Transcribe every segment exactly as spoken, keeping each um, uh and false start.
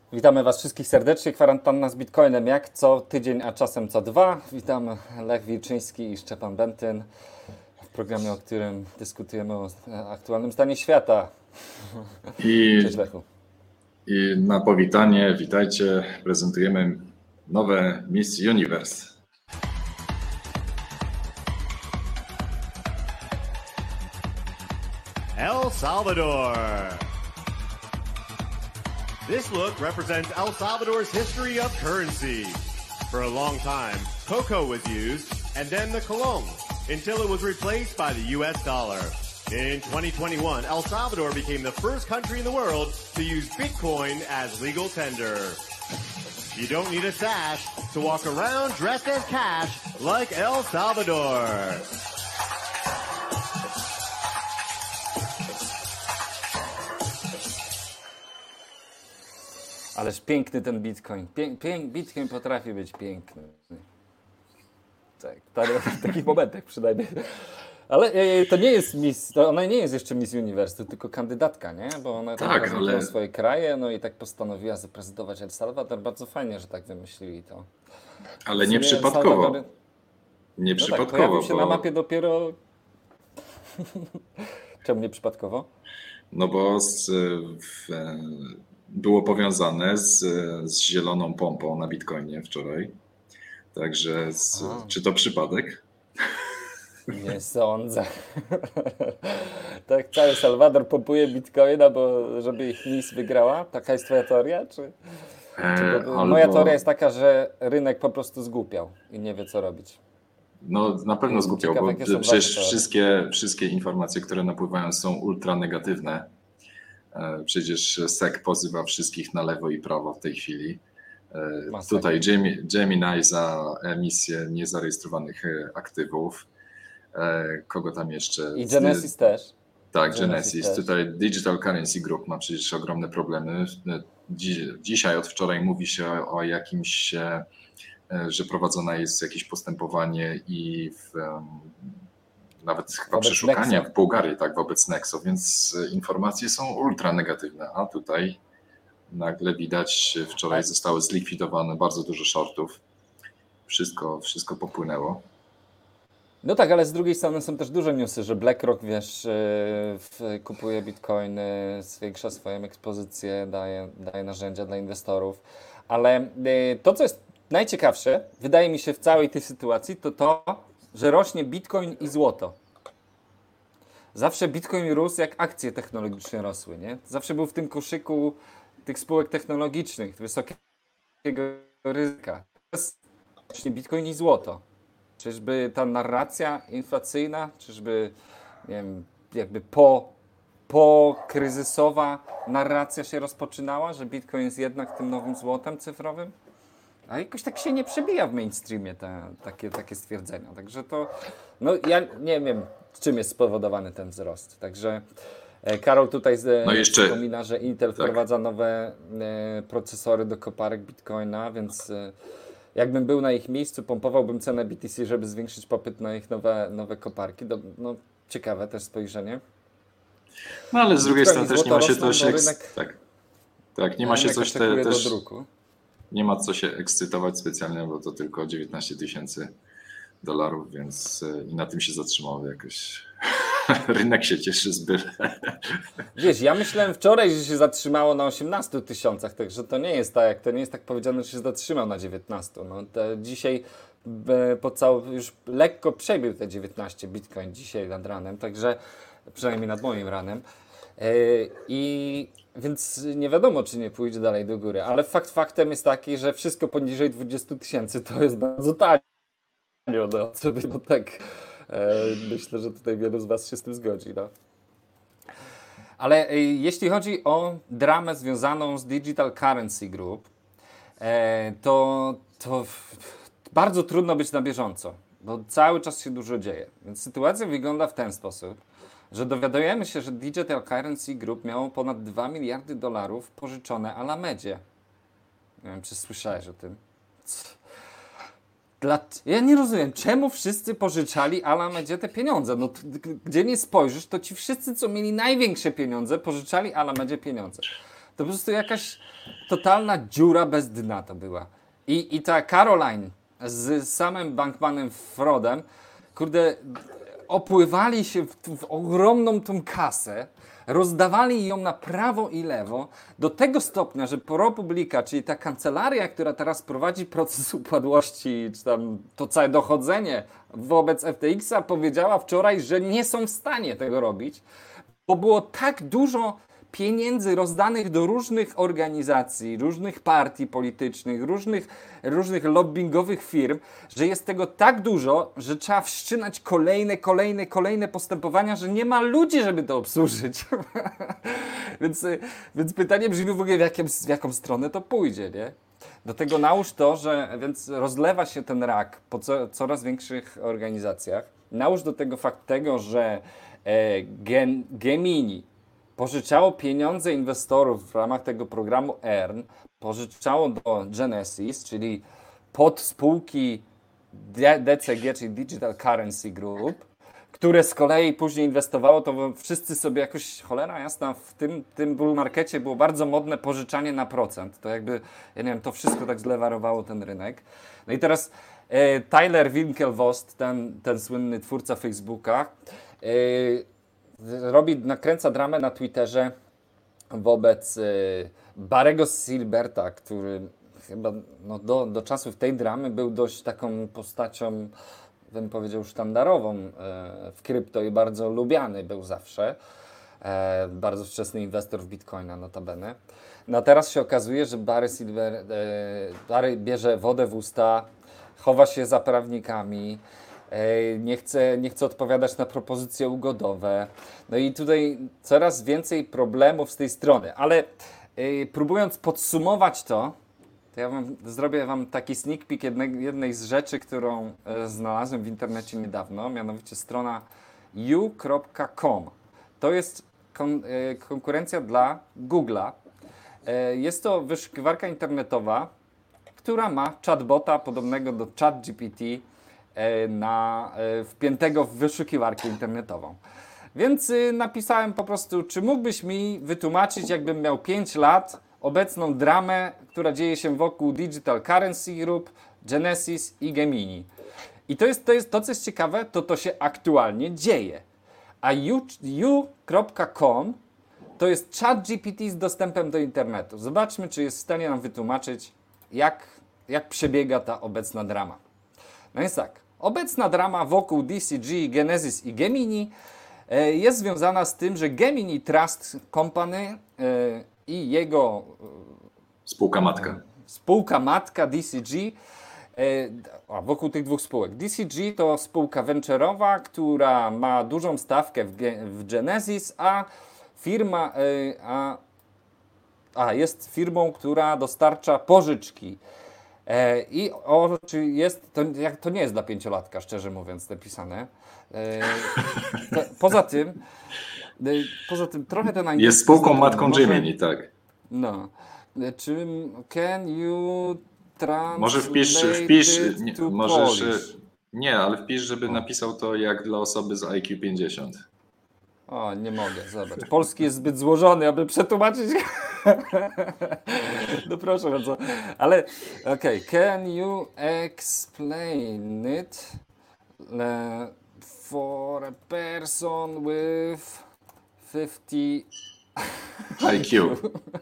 Witamy Was wszystkich serdecznie. Kwarantanna z Bitcoinem jak co tydzień, a czasem co dwa. Witam Lech Wilczyński i Szczepan Bentyn w programie, o którym dyskutujemy o aktualnym stanie świata. I, Cześć Lechu. I na powitanie, witajcie, prezentujemy nowe Miss Universe. El Salvador. This look represents El Salvador's history of currency. For a long time, cocoa was used, and then the colón, until it was replaced by the U S dollar. In twenty twenty-one, El Salvador became the first country in the world to use Bitcoin as legal tender. You don't need a sash to walk around dressed as cash like El Salvador. Ależ piękny ten Bitcoin. Pię, pię, Bitcoin potrafi być piękny. Tak, tak, w takich momentach przynajmniej. Ale e, to nie jest Miss, to ona nie jest jeszcze Miss Universe, to tylko kandydatka, nie? Bo ona tak, Tak, ale- swoje kraje, no i tak postanowiła zaprezentować El Salvador. Bardzo fajnie, że tak wymyślili to. Ale W nie sumie przypadkowo. Salwadory- Nie No tak, przypadkowo, pojawił się bo, na mapie dopiero... Czemu nie przypadkowo? no bo z, w, było powiązane z, z zieloną pompą na Bitcoinie wczoraj. Także z, A. czy to przypadek? Nie sądzę. Tak, cały Salwador pompuje Bitcoina, bo żeby ich Miss wygrała? Taka jest twoja teoria? Czy... E, Bo albo- moja teoria jest taka, że rynek po prostu zgłupiał i nie wie co robić. No na pewno zgubiał, Ciekawe, bo jakie są przecież wasze teorie. wszystkie, wszystkie informacje, które napływają, są ultra negatywne. E, Przecież S E C pozywa wszystkich na lewo i prawo w tej chwili. E, Masakra. Tutaj Gemi- Gemini za emisję niezarejestrowanych e, aktywów. E, Kogo tam jeszcze? I Genesis też. Tak, Genesis Genesis. też. Tutaj Digital Currency Group ma przecież ogromne problemy. Dzi- Dzisiaj od wczoraj mówi się o jakimś, e, że prowadzone jest jakieś postępowanie i w, em, nawet chyba Wobec przeszukanie Nexo. w Bułgarii, tak, wobec Nexo, więc e, informacje są ultra negatywne, a tutaj nagle widać, wczoraj Tak. zostały zlikwidowane bardzo dużo shortów. Wszystko, wszystko popłynęło. No tak, ale z drugiej strony są też duże newsy, że BlackRock, wiesz, yy, w- kupuje bitcoiny, zwiększa swoją ekspozycję, daje, daje narzędzia dla inwestorów. Ale yy, to, co jest najciekawsze, wydaje mi się w całej tej sytuacji, to to, że rośnie bitcoin i złoto. Zawsze bitcoin rósł jak akcje technologiczne rosły, nie? Zawsze był w tym koszyku tych spółek technologicznych, wysokiego ryzyka. Teraz właśnie bitcoin i złoto. Czyżby ta narracja inflacyjna, czyżby nie wiem, jakby po, pokryzysowa narracja się rozpoczynała, że Bitcoin jest jednak tym nowym złotem cyfrowym? A jakoś tak się nie przebija w mainstreamie te, takie, takie stwierdzenia. Także to, no ja nie wiem, czym jest spowodowany ten wzrost. Także e, Karol tutaj z, No jeszcze- wspomina, że Intel tak. wprowadza nowe e, procesory do koparek Bitcoina, więc e, jakbym był na ich miejscu, pompowałbym cenę B T C, żeby zwiększyć popyt na ich nowe, nowe koparki. Do, no, ciekawe też spojrzenie. No ale z drugiej Bitcoin strony i też nie ma złoto się rosną, coś... bo Eks- rynek- tak, tak, nie ma się Rynek coś te, oczekuje też... do druku. Nie ma co się ekscytować specjalnie, bo to tylko dziewiętnaście tysięcy dolarów, więc e, i na tym się zatrzymało jakoś. Rynek się cieszy z byle. Wiesz, ja myślałem wczoraj, że się zatrzymało na osiemnastu tysiącach, także to nie jest tak, to nie jest tak powiedziane, że się zatrzymał na dziewiętnastu. No, te dzisiaj e, po cał, już lekko przebił te dziewiętnaście Bitcoin dzisiaj nad ranem, także przynajmniej nad moim ranem. E, I więc nie wiadomo, czy nie pójdzie dalej do góry, ale fakt faktem jest taki, że wszystko poniżej dwudziestu tysięcy to jest bardzo tanio. No, sobie, no tak, e, myślę, że tutaj wielu z Was się z tym zgodzi. No. Ale e, jeśli chodzi o dramę związaną z Digital Currency Group, e, to, to w- bardzo trudno być na bieżąco, bo cały czas się dużo dzieje. Więc sytuacja wygląda w ten sposób, że dowiadujemy się, że Digital Currency Group miało ponad dwa miliardy dolarów pożyczone Alamedzie. Nie wiem, czy słyszałeś o tym. Dla... Ja nie rozumiem, czemu wszyscy pożyczali Alamedzie te pieniądze. No, t- g- gdzie nie spojrzysz, to ci wszyscy, co mieli największe pieniądze, pożyczali Alamedzie pieniądze. To po prostu jakaś totalna dziura bez dna to była. I, i ta Caroline z samym Bankmanem Frodem, kurde, opływali się w, w ogromną tą kasę, rozdawali ją na prawo i lewo, do tego stopnia, że ProPublica, czyli ta kancelaria, która teraz prowadzi proces upadłości, czy tam to całe dochodzenie wobec F T X a, powiedziała wczoraj, że nie są w stanie tego robić, bo było tak dużo pieniędzy rozdanych do różnych organizacji, różnych partii politycznych, różnych, różnych lobbingowych firm, że jest tego tak dużo, że trzeba wszczynać kolejne, kolejne, kolejne postępowania, że nie ma ludzi, żeby to obsłużyć. więc, więc pytanie brzmi w ogóle, w, jakim, w jaką stronę to pójdzie, nie? Do tego nałóż to, że więc rozlewa się ten rak po co, coraz większych organizacjach. Nałóż do tego fakt tego, że e, Gen, Gemini pożyczało pieniądze inwestorów w ramach tego programu E A R N, pożyczało do Genesis, czyli podspółki D C G, czyli Digital Currency Group, które z kolei później inwestowało, to wszyscy sobie jakoś, cholera jasna, w tym, tym bull markecie było bardzo modne pożyczanie na procent. To jakby, ja nie wiem, to wszystko tak zlewarowało ten rynek. No i teraz e, Tyler Winklevoss, ten, ten słynny twórca Facebooka, e, robi, nakręca dramę na Twitterze wobec y, Barry'ego Silberta, który chyba no, do, do czasów tej dramy był dość taką postacią, bym powiedział, sztandarową y, w krypto i bardzo lubiany był zawsze. E, bardzo wczesny inwestor w Bitcoina notabene. No teraz się okazuje, że Barry Silber, e, Barry bierze wodę w usta, chowa się za prawnikami, Nie chce, nie chce odpowiadać na propozycje ugodowe. No i tutaj coraz więcej problemów z tej strony. Ale yy, próbując podsumować to, to ja wam, zrobię wam taki sneak peek jednej, jednej z rzeczy, którą e, znalazłem w internecie niedawno, mianowicie strona u kropka com. To jest kon, e, konkurencja dla Google'a. E, jest to wyszukiwarka internetowa, która ma chatbota podobnego do ChatGPT, na, wpiętego w wyszukiwarkę internetową. Więc y, napisałem po prostu, czy mógłbyś mi wytłumaczyć, jakbym miał pięć lat, obecną dramę, która dzieje się wokół Digital Currency Group, Genesis i Gemini. I to jest to, jest, to co jest ciekawe, to to się aktualnie dzieje. A u kropka com to jest ChatGPT z dostępem do internetu. Zobaczmy, czy jest w stanie nam wytłumaczyć, jak, jak przebiega ta obecna drama. No jest tak, obecna drama wokół D C G, Genesis i Gemini e, jest związana z tym, że Gemini Trust Company e, i jego e, spółka matka. Spółka matka D C G, e, a wokół tych dwóch spółek. D C G to spółka venture'owa, która ma dużą stawkę w, w Genesis, a firma e, a, a jest firmą, która dostarcza pożyczki. E, I o, czy jest, to, jak, to nie jest dla pięciolatka, szczerze mówiąc, napisane. E, to, poza tym, e, poza tym trochę ten angielski... Jest spółką znaczy, matką może, Gemini, tak. No. E, czy can you translate Może wpisz, wpisz nie, to możesz, Polish? nie, ale wpisz, żeby napisał to jak dla osoby z I Q pięćdziesiąt. O, nie mogę, zobacz. Polski jest zbyt złożony, aby przetłumaczyć. No proszę bardzo. Ale, okej, okay. Can you explain it uh, for a person with fifty I Q.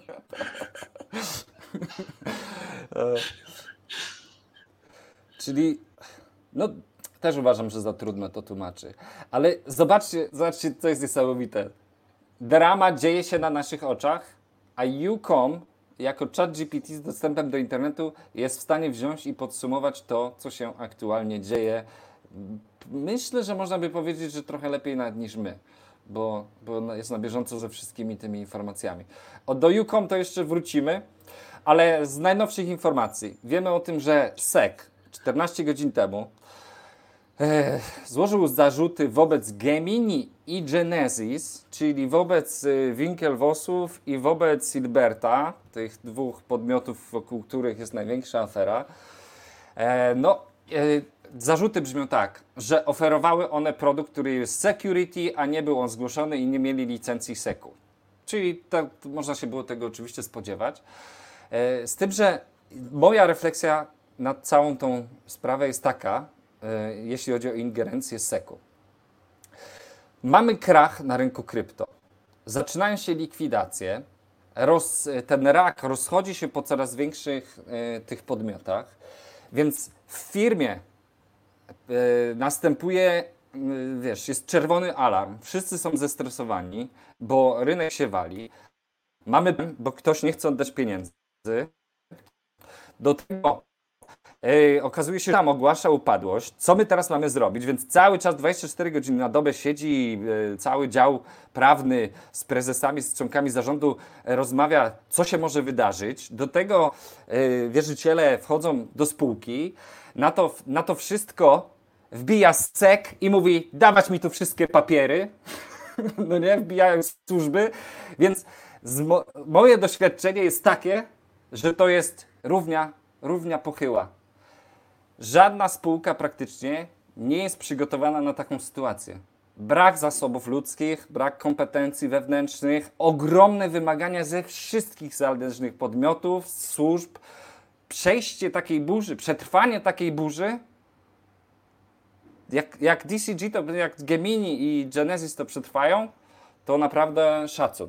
Czyli, no też uważam, że za trudno to tłumaczy. Ale zobaczcie, zobaczcie, co jest niesamowite. Drama dzieje się na naszych oczach, a u kropka com jako ChatGPT z dostępem do internetu jest w stanie wziąć i podsumować to, co się aktualnie dzieje. Myślę, że można by powiedzieć, że trochę lepiej nawet niż my, bo, bo jest na bieżąco ze wszystkimi tymi informacjami. O, do u kropka com to jeszcze wrócimy, ale z najnowszych informacji wiemy o tym, że S E C czternaście godzin temu e, złożył zarzuty wobec Gemini i Genesis, czyli wobec y, Winklevossów i wobec Silberta, tych dwóch podmiotów, wokół których jest największa afera. E, no, e, zarzuty brzmią tak, że oferowały one produkt, który jest security, a nie był on zgłoszony i nie mieli licencji seku. Czyli tak, można się było tego oczywiście spodziewać. E, z tym, że moja refleksja nad całą tą sprawę jest taka, e, jeśli chodzi o ingerencję seku. Mamy krach na rynku krypto. Zaczynają się likwidacje. Roz, ten rak rozchodzi się po coraz większych e, tych podmiotach, więc w firmie e, następuje, e, wiesz, jest czerwony alarm, wszyscy są zestresowani, bo rynek się wali, mamy, bo ktoś nie chce oddać pieniędzy, do tego e, okazuje się, że tam ogłasza upadłość, co my teraz mamy zrobić, więc cały czas dwadzieścia cztery godziny na dobę siedzi e, cały dział prawny z prezesami, z członkami zarządu e, rozmawia, co się może wydarzyć. Do tego e, wierzyciele wchodzą do spółki, na to, na to wszystko wbija sek i mówi, dawać mi tu wszystkie papiery, no nie, wbijają służby, więc z mo- moje doświadczenie jest takie, że to jest równia, równia pochyła. Żadna spółka praktycznie nie jest przygotowana na taką sytuację. Brak zasobów ludzkich, brak kompetencji wewnętrznych, ogromne wymagania ze wszystkich zależnych podmiotów, służb. Przejście takiej burzy, przetrwanie takiej burzy, jak, jak D C G, to, jak Gemini i Genesis to przetrwają, to naprawdę szacun.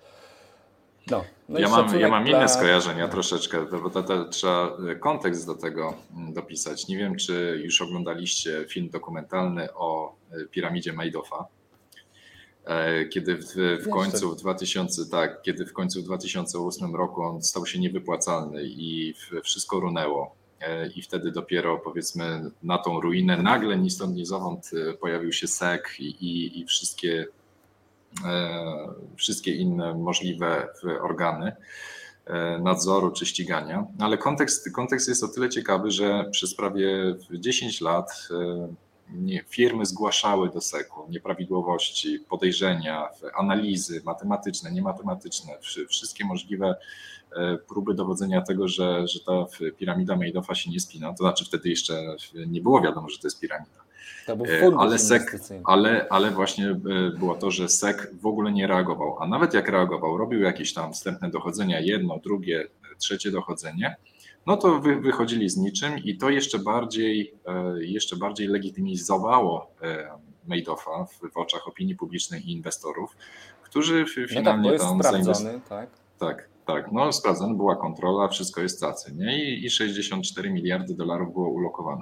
No, no ja, i mam, ja mam dla... inne skojarzenia troszeczkę, bo to, to trzeba kontekst do tego dopisać. Nie wiem, czy już oglądaliście film dokumentalny o piramidzie Madoffa, kiedy w, w końcu w dwa tysiące, tak, kiedy w końcu w dwa tysiące ósmym roku on stał się niewypłacalny i wszystko runęło. I wtedy dopiero, powiedzmy, na tą ruinę nagle ni stąd ni zowąd pojawił się sek i, i, i wszystkie wszystkie inne możliwe organy nadzoru czy ścigania. Ale kontekst, kontekst jest o tyle ciekawy, że przez prawie dziesięć lat nie, firmy zgłaszały do seku nieprawidłowości, podejrzenia, analizy matematyczne, niematematyczne, wszystkie możliwe próby dowodzenia tego, że, że ta piramida Madoffa się nie spina. To znaczy wtedy jeszcze nie było wiadomo, że to jest piramida. To był fundusz ale, sek, inwestycyjny. ale, ale właśnie było to, że sek w ogóle nie reagował, a nawet jak reagował, robił jakieś tam wstępne dochodzenia, jedno, drugie, trzecie dochodzenie, no to wy, wychodzili z niczym i to jeszcze bardziej, jeszcze bardziej legitymizowało Madoffa w, w oczach opinii publicznej i inwestorów, którzy finalnie no tak, tam sprawdzony, tak? Tak, tak, no sprawdzony, była kontrola, wszystko jest cacy, nie? I, i sześćdziesiąt cztery miliardy dolarów było ulokowane.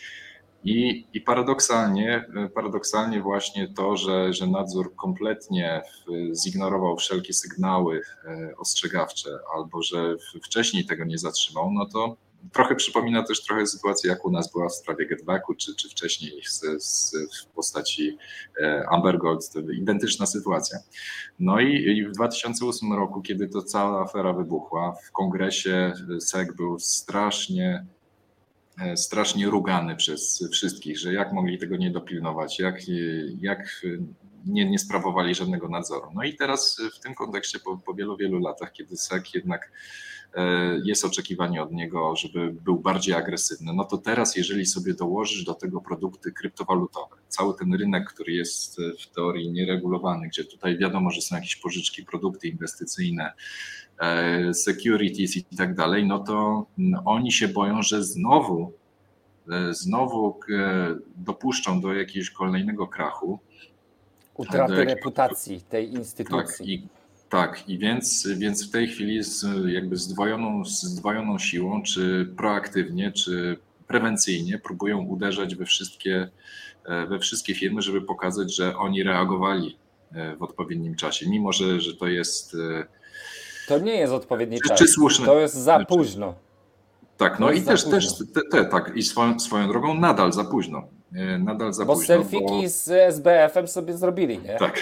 I, i paradoksalnie, paradoksalnie właśnie to, że, że nadzór kompletnie zignorował wszelkie sygnały ostrzegawcze albo że wcześniej tego nie zatrzymał, no to trochę przypomina też trochę sytuację, jak u nas była w sprawie Getbacku, czy, czy wcześniej z, z, w postaci Amber Gold, to identyczna sytuacja. No i, i w dwa tysiące ósmym roku, kiedy to cała afera wybuchła, w kongresie sek był strasznie strasznie rugany przez wszystkich, że jak mogli tego nie dopilnować, jak, jak nie, nie sprawowali żadnego nadzoru. No i teraz w tym kontekście po, po wielu, wielu latach, kiedy sek jednak jest oczekiwanie od niego, żeby był bardziej agresywny, no to teraz jeżeli sobie dołożysz do tego produkty kryptowalutowe, cały ten rynek, który jest w teorii nieregulowany, gdzie tutaj wiadomo, że są jakieś pożyczki, produkty inwestycyjne, securities i tak dalej, no to oni się boją, że znowu, znowu dopuszczą do jakiegoś kolejnego krachu. Utraty jakiegoś, reputacji tej instytucji. Tak, i, tak, i więc, więc w tej chwili z jakby zdwojoną, zdwojoną siłą, czy proaktywnie, czy prewencyjnie próbują uderzać we wszystkie, we wszystkie firmy, żeby pokazać, że oni reagowali w odpowiednim czasie, mimo że, że to jest... To nie jest odpowiedni czy, czas. Czy słuszny, to jest za czy, późno. Tak, no to i też, też te, te, tak, i swoją, swoją drogą nadal za późno. Nadal za bo późno. selfiki bo... z S B F-em sobie zrobili, nie? Tak.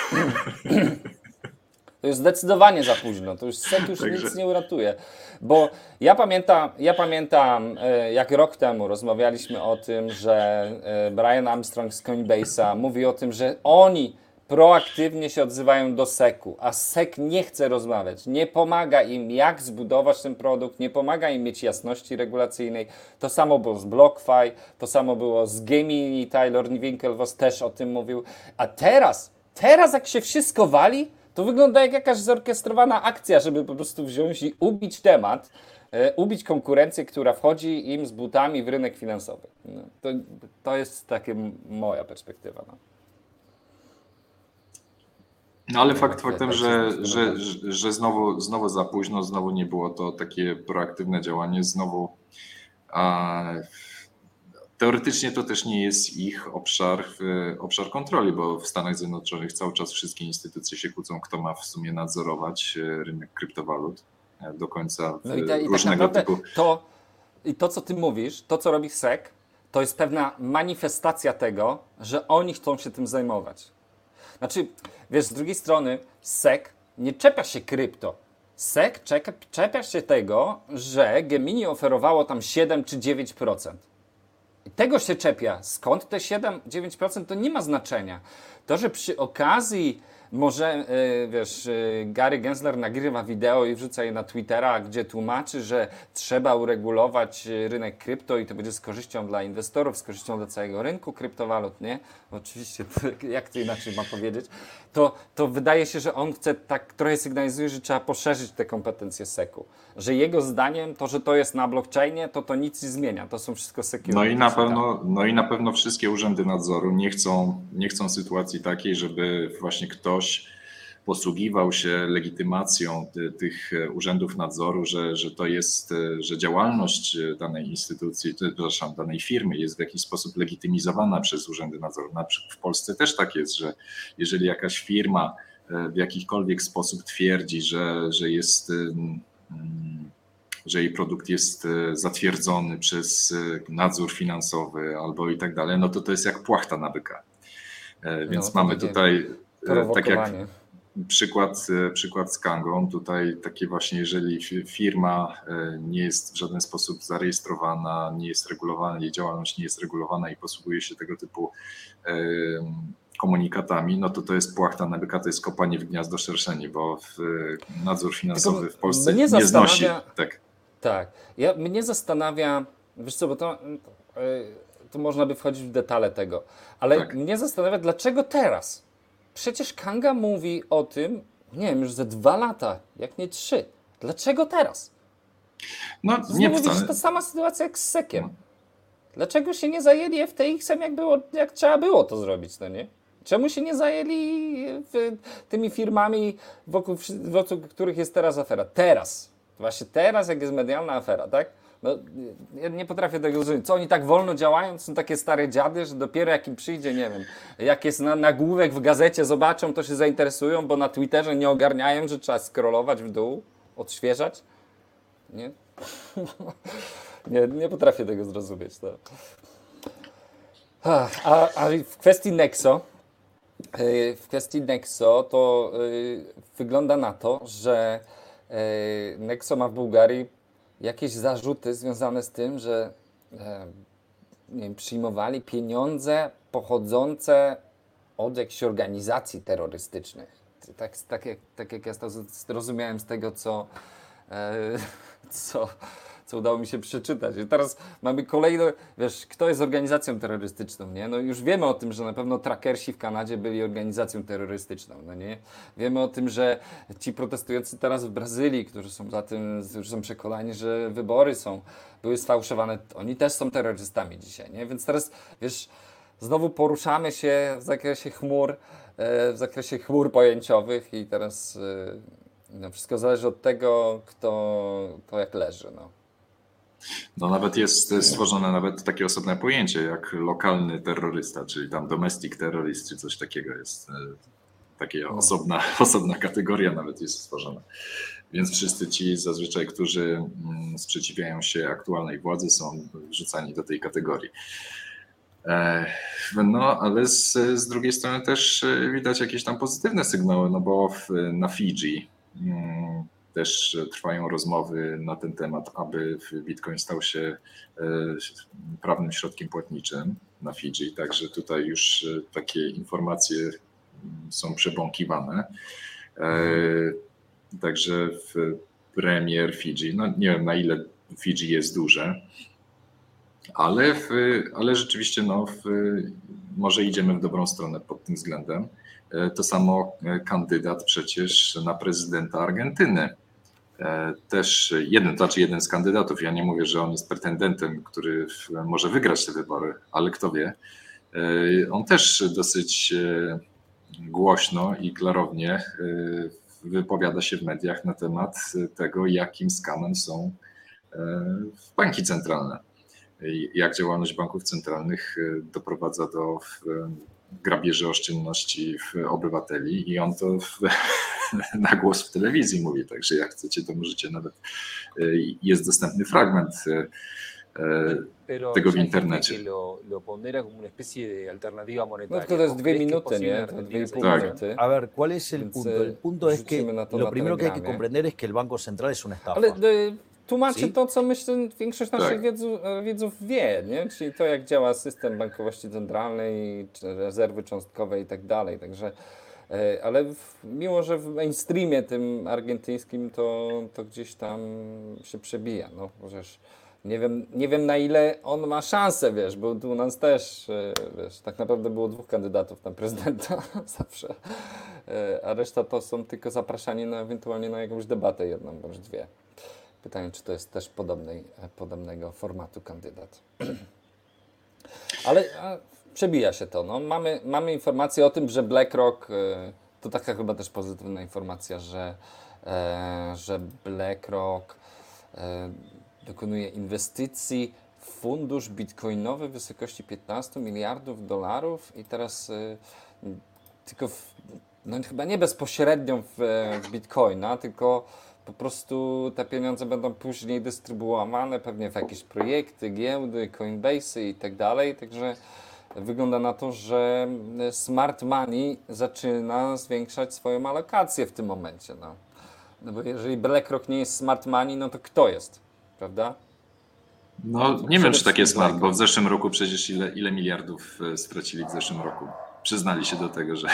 To już zdecydowanie za późno, to już sek już Także... nic nie uratuje. Bo ja pamiętam, ja pamiętam, jak rok temu rozmawialiśmy o tym, że Brian Armstrong z Coinbase'a mówi o tym, że oni proaktywnie się odzywają do seku, a sek nie chce rozmawiać, nie pomaga im jak zbudować ten produkt, nie pomaga im mieć jasności regulacyjnej. To samo było z BlockFi, to samo było z Gemini, Tyler Winklevoss też o tym mówił. A teraz, teraz jak się wszystko wali, to To wygląda jak jakaś zorkestrowana akcja, żeby po prostu wziąć i ubić temat, e, ubić konkurencję, która wchodzi im z butami w rynek finansowy. No, to, to jest takie m- moja perspektywa. No. No ale Nie, fakt tak- faktem, tak się że, zastanawiam. że, że, że znowu, znowu za późno, znowu nie było to takie proaktywne działanie, znowu a, teoretycznie to też nie jest ich obszar, e, obszar kontroli, bo w Stanach Zjednoczonych cały czas wszystkie instytucje się kłócą, kto ma w sumie nadzorować e, rynek kryptowalut e, do końca No i, ta, i tak różnego naprawdę typu. to, i to, co ty mówisz, to, co robi S E C, to jest pewna manifestacja tego, że oni chcą się tym zajmować. Znaczy, wiesz, z drugiej strony S E C nie czepia się krypto. S E C czeka, czepia się tego, że Gemini oferowało tam siedem czy dziewięć procent. I tego się czepia. Skąd te siedem dziewięć procent to nie ma znaczenia. To, że przy okazji może, yy, wiesz, yy, Gary Gensler nagrywa wideo i wrzuca je na Twittera, gdzie tłumaczy, że trzeba uregulować yy, rynek krypto i to będzie z korzyścią dla inwestorów, z korzyścią dla całego rynku kryptowalut, nie? Oczywiście, to, jak to inaczej ma powiedzieć? To, to wydaje się, że on chce tak, trochę sygnalizuje, że trzeba poszerzyć te kompetencje S E C u. Że jego zdaniem to, że to jest na blockchainie, to to nic nie zmienia. To są wszystko security. No i na pewno, no i na pewno wszystkie urzędy nadzoru nie chcą, nie chcą sytuacji takiej, żeby właśnie ktoś posługiwał się legitymacją ty, tych urzędów nadzoru, że, że to jest, że działalność danej instytucji, ty, przepraszam, danej firmy jest w jakiś sposób legitymizowana przez urzędy nadzoru. Na przykład w Polsce też tak jest, że jeżeli jakaś firma w jakikolwiek sposób twierdzi, że, że jest że jej produkt jest zatwierdzony przez nadzór finansowy albo i tak dalej, no to to jest jak płachta na byka. Więc No, to mamy będzie tutaj, tak jak prowokowanie. przykład, przykład z Kangą, tutaj takie właśnie, jeżeli fi- firma nie jest w żaden sposób zarejestrowana, nie jest regulowana, jej działalność nie jest regulowana i posługuje się tego typu em, komunikatami, no to to jest płachta na byka, to jest kopanie w gniazdo szerszeni, bo w, nadzór finansowy w Polsce mnie nie znosi. zastanawia- Tak. Tak. Ja, mnie zastanawia, wiesz co, bo to, yy, to można by wchodzić w detale tego, ale Tak. mnie zastanawia, dlaczego teraz? Przecież Kanga mówi o tym, nie wiem, już ze dwa lata, jak nie trzy. Dlaczego teraz? No Znowu nie widzisz, wcale. ta sama sytuacja jak z Sekiem. No. Dlaczego się nie zajęli F T X-em, jak, było, jak trzeba było to zrobić, no nie? Czemu się nie zajęli w, tymi firmami, wokół, wokół których jest teraz afera? Teraz. Właśnie teraz, jak jest medialna afera, tak? No, ja nie potrafię tego zrozumieć. Co oni tak wolno działają? To są takie stare dziady, że dopiero jak im przyjdzie, nie wiem, jak jest na, nagłówek w gazecie, zobaczą, to się zainteresują, bo na Twitterze nie ogarniają, że trzeba scrollować w dół, odświeżać. Nie? nie, nie potrafię tego zrozumieć. No. A, a w kwestii Nexo, yy, w kwestii Nexo to yy, wygląda na to, że yy, Nexo ma w Bułgarii jakieś zarzuty związane z tym, że yy, nie wiem, przyjmowali pieniądze pochodzące od jakichś organizacji terrorystycznych. Tak, tak, jak, tak jak ja to zrozumiałem z tego, co, yy, co, co udało mi się przeczytać. I teraz mamy kolejne, wiesz, kto jest organizacją terrorystyczną, nie? No już wiemy o tym, że na pewno trackersi w Kanadzie byli organizacją terrorystyczną, no nie? Wiemy o tym, że ci protestujący teraz w Brazylii, którzy są za tym, którzy są przekonani, że wybory są, były sfałszowane, oni też są terrorystami dzisiaj, nie? Więc teraz, wiesz, znowu poruszamy się w zakresie chmur, w zakresie chmur pojęciowych i teraz no, wszystko zależy od tego, kto, kto jak leży, no. No nawet jest stworzone nawet takie osobne pojęcie jak lokalny terrorysta, czyli tam domestic terrorist, czy coś takiego jest. Taka osobna, osobna kategoria nawet jest stworzona. Więc wszyscy ci zazwyczaj, którzy sprzeciwiają się aktualnej władzy, są wrzucani do tej kategorii. No, ale z, z drugiej strony też widać jakieś tam pozytywne sygnały, no bo w, na Fidżi też trwają rozmowy na ten temat, aby Bitcoin stał się prawnym środkiem płatniczym na Fidżi, także tutaj już takie informacje są przebąkiwane. Także w premier Fidżi, no nie wiem na ile Fidżi jest duże, ale, w, ale rzeczywiście no, w, może idziemy w dobrą stronę pod tym względem. To samo kandydat przecież na prezydenta Argentyny. Też jeden, to znaczy jeden z kandydatów, ja nie mówię, że on jest pretendentem, który może wygrać te wybory, ale kto wie, on też dosyć głośno i klarownie wypowiada się w mediach na temat tego, jakim skamem są banki centralne. Jak działalność banków centralnych doprowadza do grabieży oszczędności obywateli i on to w, na głos w telewizji mówi, także jak chcecie, to możecie nawet, jest dostępny fragment tego w internecie. No to jest dwie minuty, nie? To dwie i pół Tak. minuty. A ver, ¿cuál es el Więc, punto? e, El punto es que rzucimy na to lo na primero que hay que Telegramie. comprender es que el Banco Central es una estafa. Ale y, tłumaczy Si? to, co myślę większość naszych Tak. wiedzu, widzów wie, nie? Czyli to, jak działa system bankowości centralnej, czy rezerwy cząstkowe i tak dalej. Także, y, ale w, mimo, że w mainstreamie tym argentyńskim to, to gdzieś tam się przebija. No, chociaż nie wiem, nie wiem na ile on ma szansę, wiesz, bo tu u nas też, y, wiesz, tak naprawdę było dwóch kandydatów na prezydenta zawsze, y, a reszta to są tylko zapraszani na ewentualnie na jakąś debatę jedną bądź dwie. Pytanie, czy to jest też podobnej, podobnego formatu kandydat. Ale a, przebija się to. No. Mamy, mamy informację o tym, że BlackRock, y, to taka chyba też pozytywna informacja, że, e, że BlackRock e, dokonuje inwestycji w fundusz bitcoinowy w wysokości piętnaście miliardów dolarów i teraz y, tylko w, no chyba nie bezpośrednio w, w bitcoina, tylko po prostu te pieniądze będą później dystrybuowane pewnie w jakieś projekty, giełdy, Coinbase i tak dalej. Także wygląda na to, że smart money zaczyna zwiększać swoją alokację w tym momencie. No, no bo jeżeli BlackRock nie jest smart money, no to kto jest? Prawda? No nie wiem, czy tak jest smart, bo w zeszłym roku przecież ile, ile miliardów stracili w zeszłym roku. Przyznali się do tego, że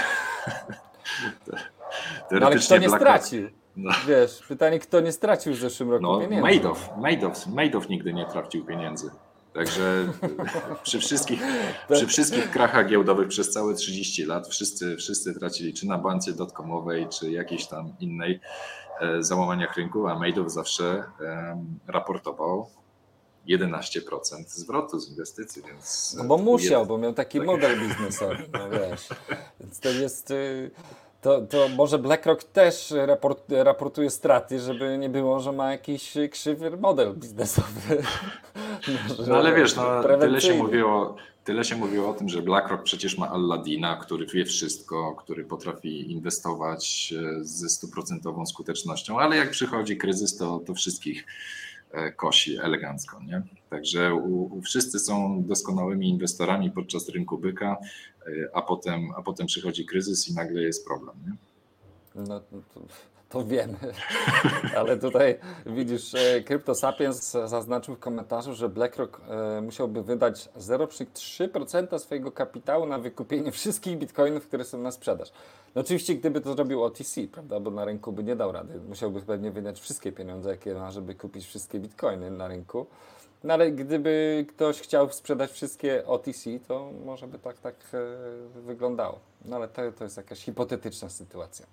No, ale kto nie BlackRock- stracił? No. Wiesz, pytanie, kto nie stracił w zeszłym roku No, pieniędzy? Madoff, Madoff, Madoff nigdy nie tracił pieniędzy. Także przy wszystkich, przy wszystkich krachach giełdowych przez całe trzydzieści lat wszyscy, wszyscy tracili, czy na bance dotcomowej, czy jakiejś tam innej e, załamaniach rynku, a Madoff zawsze e, raportował jedenaście procent zwrotu z inwestycji, więc... No bo musiał, jed- bo miał taki tak. model biznesowy, no wiesz. Więc to jest... y, To, to może BlackRock też raport, raportuje straty, żeby nie było, że ma jakiś krzywy model biznesowy. Może No ale wiesz, no, tyle, się prewencyjny. mówiło, tyle się mówiło o tym, że BlackRock przecież ma Aladdina, który wie wszystko, który potrafi inwestować e, ze stuprocentową skutecznością, ale jak przychodzi kryzys, to, to wszystkich e, kosi elegancko, nie? Także u, u wszyscy są doskonałymi inwestorami podczas rynku byka, e, a potem, a potem przychodzi kryzys i nagle jest problem, nie? No to, to wiemy, ale tutaj widzisz, e, CryptoSapiens zaznaczył w komentarzu, że BlackRock e, musiałby wydać zero przecinek trzy procent swojego kapitału na wykupienie wszystkich bitcoinów, które są na sprzedaż. No oczywiście gdyby to zrobił O T C, prawda, bo na rynku by nie dał rady, musiałby pewnie wydać wszystkie pieniądze, jakie ma, żeby kupić wszystkie bitcoiny na rynku. No ale gdyby ktoś chciał sprzedać wszystkie O T C, to może by tak tak e, wyglądało. No ale to, to jest jakaś hipotetyczna sytuacja.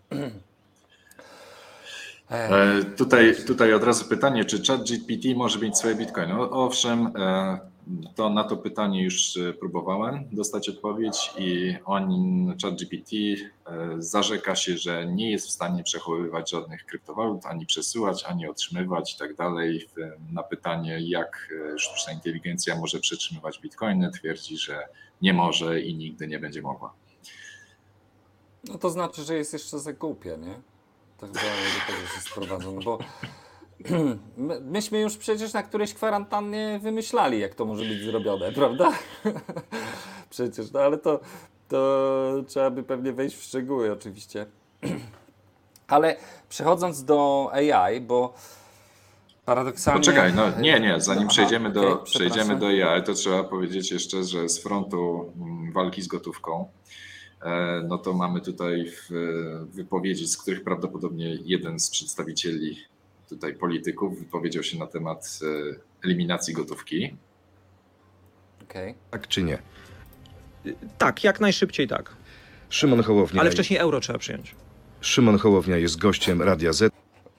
E, Tutaj, tutaj od razu pytanie, czy ChatGPT może mieć swoje bitcoiny? O- Owszem, e, to na to pytanie już e, próbowałem dostać odpowiedź i on, ChatGPT e, zarzeka się, że nie jest w stanie przechowywać żadnych kryptowalut, ani przesyłać, ani otrzymywać i tak dalej. W- Na pytanie, jak e, sztuczna inteligencja może przetrzymywać bitcoiny, twierdzi, że nie może i nigdy nie będzie mogła. No to znaczy, że jest jeszcze za głupia, nie? Tak do tego się sprowadza, no bo my, myśmy już przecież na którejś kwarantannie wymyślali, jak to może być zrobione, prawda? Przecież, no ale to, to trzeba by pewnie wejść w szczegóły oczywiście. Ale przechodząc do A I, bo paradoksalnie... Poczekaj, no nie, nie, zanim Aha, przejdziemy, do, okej, przejdziemy przepraszam. do A I, to trzeba powiedzieć jeszcze, że z frontu mm, walki z gotówką, e, no to mamy tutaj w, wypowiedzi, z których prawdopodobnie jeden z przedstawicieli tutaj polityków wypowiedział się na temat e, eliminacji gotówki. Okej. Tak czy nie? Tak, jak najszybciej tak. Szymon Hołownia, Ale wcześniej euro trzeba przyjąć. Szymon Hołownia jest gościem Radia Z.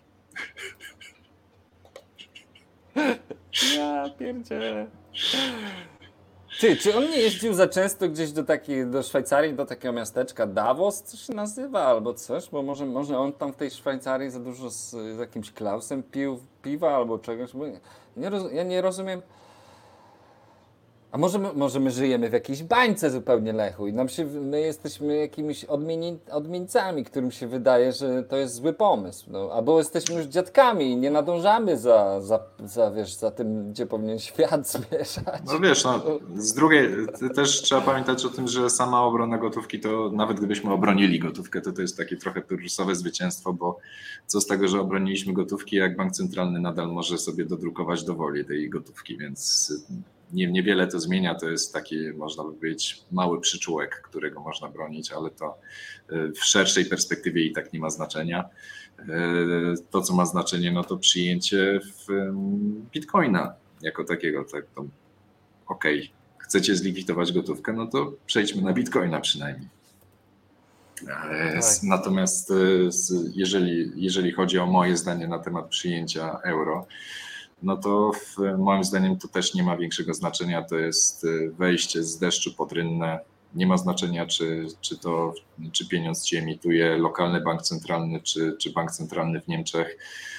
Ja pierdzielę. Ty, czy on nie jeździł za często gdzieś do takiej, do Szwajcarii, do takiego miasteczka Davos, co się nazywa, albo coś? Bo może, może on tam w tej Szwajcarii za dużo z, z jakimś Klausem pił piwa albo czegoś, bo nie roz, ja nie rozumiem. A może my, może my żyjemy w jakiejś bańce zupełnie, Lechu, i nam się, my jesteśmy jakimiś odmieni, odmieńcami, którym się wydaje, że to jest zły pomysł. No, albo jesteśmy już dziadkami i nie nadążamy za, za, za, wiesz, za tym, gdzie powinien świat zmierzać. No wiesz, no, z drugiej też trzeba pamiętać o tym, że sama obrona gotówki, to nawet gdybyśmy obronili gotówkę, to to jest takie trochę pyrrusowe zwycięstwo, bo co z tego, że obroniliśmy gotówki, jak bank centralny nadal może sobie dodrukować dowoli tej gotówki, więc nie, niewiele to zmienia, to jest taki, można by powiedzieć, mały przyczółek, którego można bronić, ale to w szerszej perspektywie i tak nie ma znaczenia. To, co ma znaczenie, no to przyjęcie w Bitcoina jako takiego. Tak, to okej, okay. Chcecie zlikwidować gotówkę, no to przejdźmy na Bitcoina przynajmniej. Tak. Natomiast jeżeli, jeżeli chodzi o moje zdanie na temat przyjęcia euro, no to w, moim zdaniem to też nie ma większego znaczenia. To jest wejście z deszczu pod rynnę. Nie ma znaczenia, czy, czy to czy pieniądz ci emituje lokalny bank centralny, czy, czy bank centralny w Niemczech,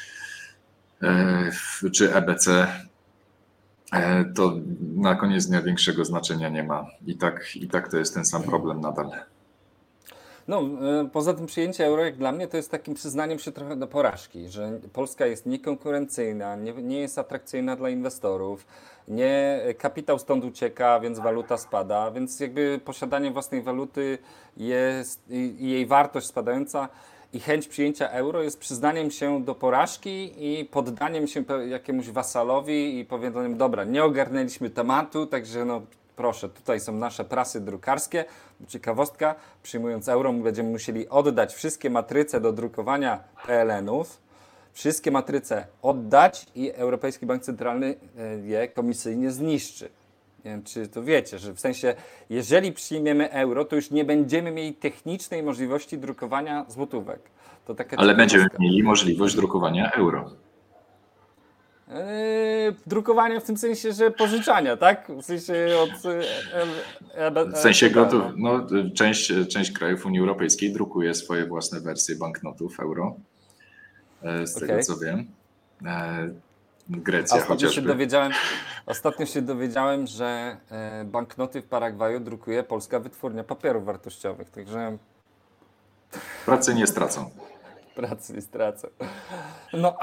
czy E B C. To na koniec dnia większego znaczenia nie ma. I tak, i tak to jest ten sam problem nadal. No, poza tym przyjęcie euro, jak dla mnie, to jest takim przyznaniem się trochę do porażki, że Polska jest niekonkurencyjna, nie, nie jest atrakcyjna dla inwestorów, nie, kapitał stąd ucieka, więc waluta spada, więc jakby posiadanie własnej waluty jest i, i jej wartość spadająca i chęć przyjęcia euro jest przyznaniem się do porażki i poddaniem się jakiemuś wasalowi i powiedzeniem, dobra, nie ogarnęliśmy tematu, także no proszę, tutaj są nasze prasy drukarskie. Ciekawostka, przyjmując euro będziemy musieli oddać wszystkie matryce do drukowania P L N-ów, wszystkie matryce oddać i Europejski Bank Centralny je komisyjnie zniszczy. Nie wiem, czy to wiecie, że w sensie, jeżeli przyjmiemy euro, to już nie będziemy mieli technicznej możliwości drukowania złotówek. To taka Ale będziemy ciekawostka. mieli możliwość drukowania euro. Yy, drukowania w tym sensie, że pożyczania, tak? W sensie od... E, e, e, W sensie gotów, no, część, część krajów Unii Europejskiej drukuje swoje własne wersje banknotów euro, z tego okay. co wiem. Grecja ostatnio chociażby. Się dowiedziałem, ostatnio się dowiedziałem, że banknoty w Paragwaju drukuje polska wytwórnia papierów wartościowych, także... Pracy nie stracą. Pracy nie stracą. No...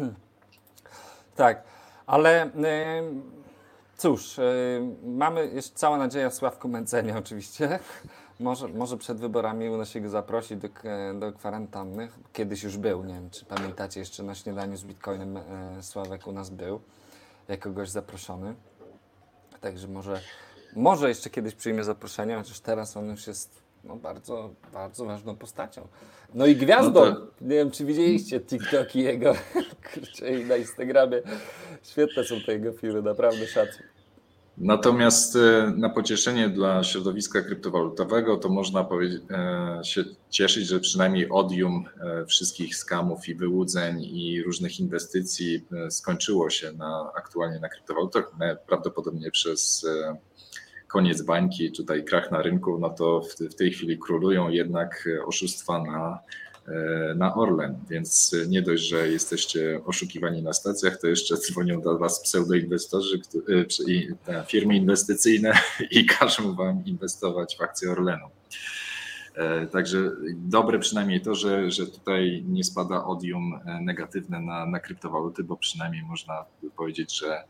Tak, ale y, cóż, y, mamy jeszcze cała nadzieja w Sławku Mencenie oczywiście. Może, może przed wyborami uda się go zaprosić do, do kwarantanny. Kiedyś już był, nie wiem czy pamiętacie, jeszcze na śniadaniu z Bitcoinem y, Sławek u nas był jako gość zaproszony. Także może, może jeszcze kiedyś przyjmie zaproszenie, chociaż teraz on już jest no, bardzo, bardzo ważną postacią. No i gwiazdą, no to... nie wiem czy widzieliście TikToki jego, kurczę, na Instagramie, świetne są te jego filmy, naprawdę szacun. Natomiast na pocieszenie dla środowiska kryptowalutowego to można się cieszyć, że przynajmniej odium wszystkich skamów i wyłudzeń i różnych inwestycji skończyło się na, aktualnie na kryptowalutach, prawdopodobnie przez koniec bańki, tutaj krach na rynku, no to w, w tej chwili królują jednak oszustwa na, na Orlen, więc nie dość, że jesteście oszukiwani na stacjach, to jeszcze dzwonią do was pseudoinwestorzy, firmy inwestycyjne i każą wam inwestować w akcje Orlenu. Także dobre przynajmniej to, że, że tutaj nie spada odium negatywne na, na kryptowaluty, bo przynajmniej można powiedzieć, że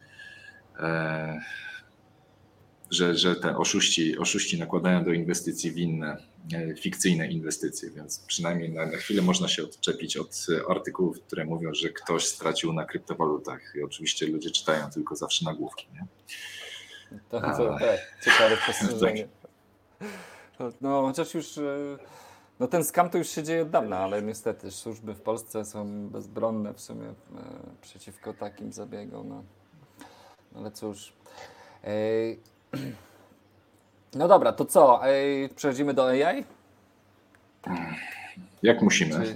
Że, że te oszuści, oszuści nakładają do inwestycji winne, fikcyjne inwestycje, więc przynajmniej na, na chwilę można się odczepić od artykułów, które mówią, że ktoś stracił na kryptowalutach. I oczywiście ludzie czytają tylko zawsze nagłówki. Nie? To, to, tak, ciekawe spostrzeżenie. No chociaż już, no ten skam to już się dzieje od dawna, ale niestety służby w Polsce są bezbronne w sumie e, przeciwko takim zabiegom. No. Ale cóż... E, No dobra, to co? Ej, przechodzimy do A I? Jak musimy? Czy...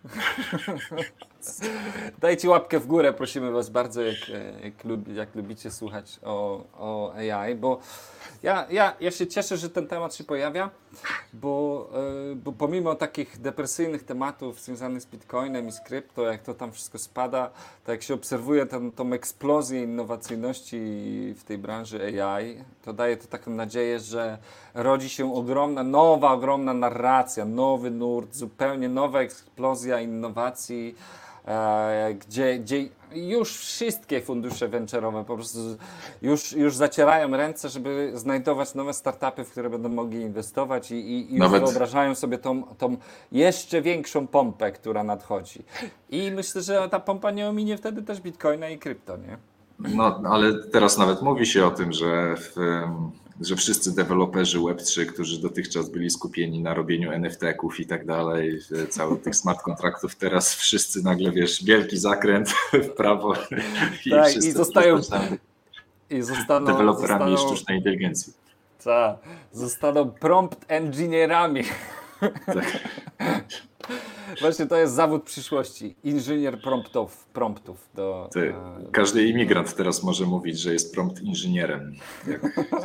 Dajcie łapkę w górę, prosimy was bardzo, jak, jak, lubi, jak lubicie słuchać o, o A I, bo ja, ja, ja się cieszę, że ten temat się pojawia, bo, yy, bo pomimo takich depresyjnych tematów związanych z Bitcoinem i z krypto, jak to tam wszystko spada, to jak się obserwuje tę tą eksplozję innowacyjności w tej branży A I, to daje to taką nadzieję, że rodzi się ogromna, nowa, ogromna narracja, nowy nurt, zupełnie nowa eksplozja innowacji, e, gdzie, gdzie już wszystkie fundusze venture'owe po prostu już, już zacierają ręce, żeby znajdować nowe startupy, w które będą mogli inwestować i, i, i już Nawet- wyobrażają sobie tą, tą jeszcze większą pompę, która nadchodzi. I myślę, że ta pompa nie ominie wtedy też Bitcoina i krypto, nie? No, ale teraz nawet mówi się o tym, że, w, em, że wszyscy deweloperzy web trzy, którzy dotychczas byli skupieni na robieniu en ef teków i tak dalej, że całych tych smart kontraktów, teraz wszyscy nagle, wiesz, wielki zakręt w prawo i Tak, i wszyscy zostają- zostaną I zostaną, deweloperami zostaną, sztucznej inteligencji. ta, zostaną prompt engineerami. Tak. Właśnie to jest zawód przyszłości. Inżynier promptów, promptów do... Ty, e, każdy imigrant teraz może mówić, że jest prompt inżynierem. Jak,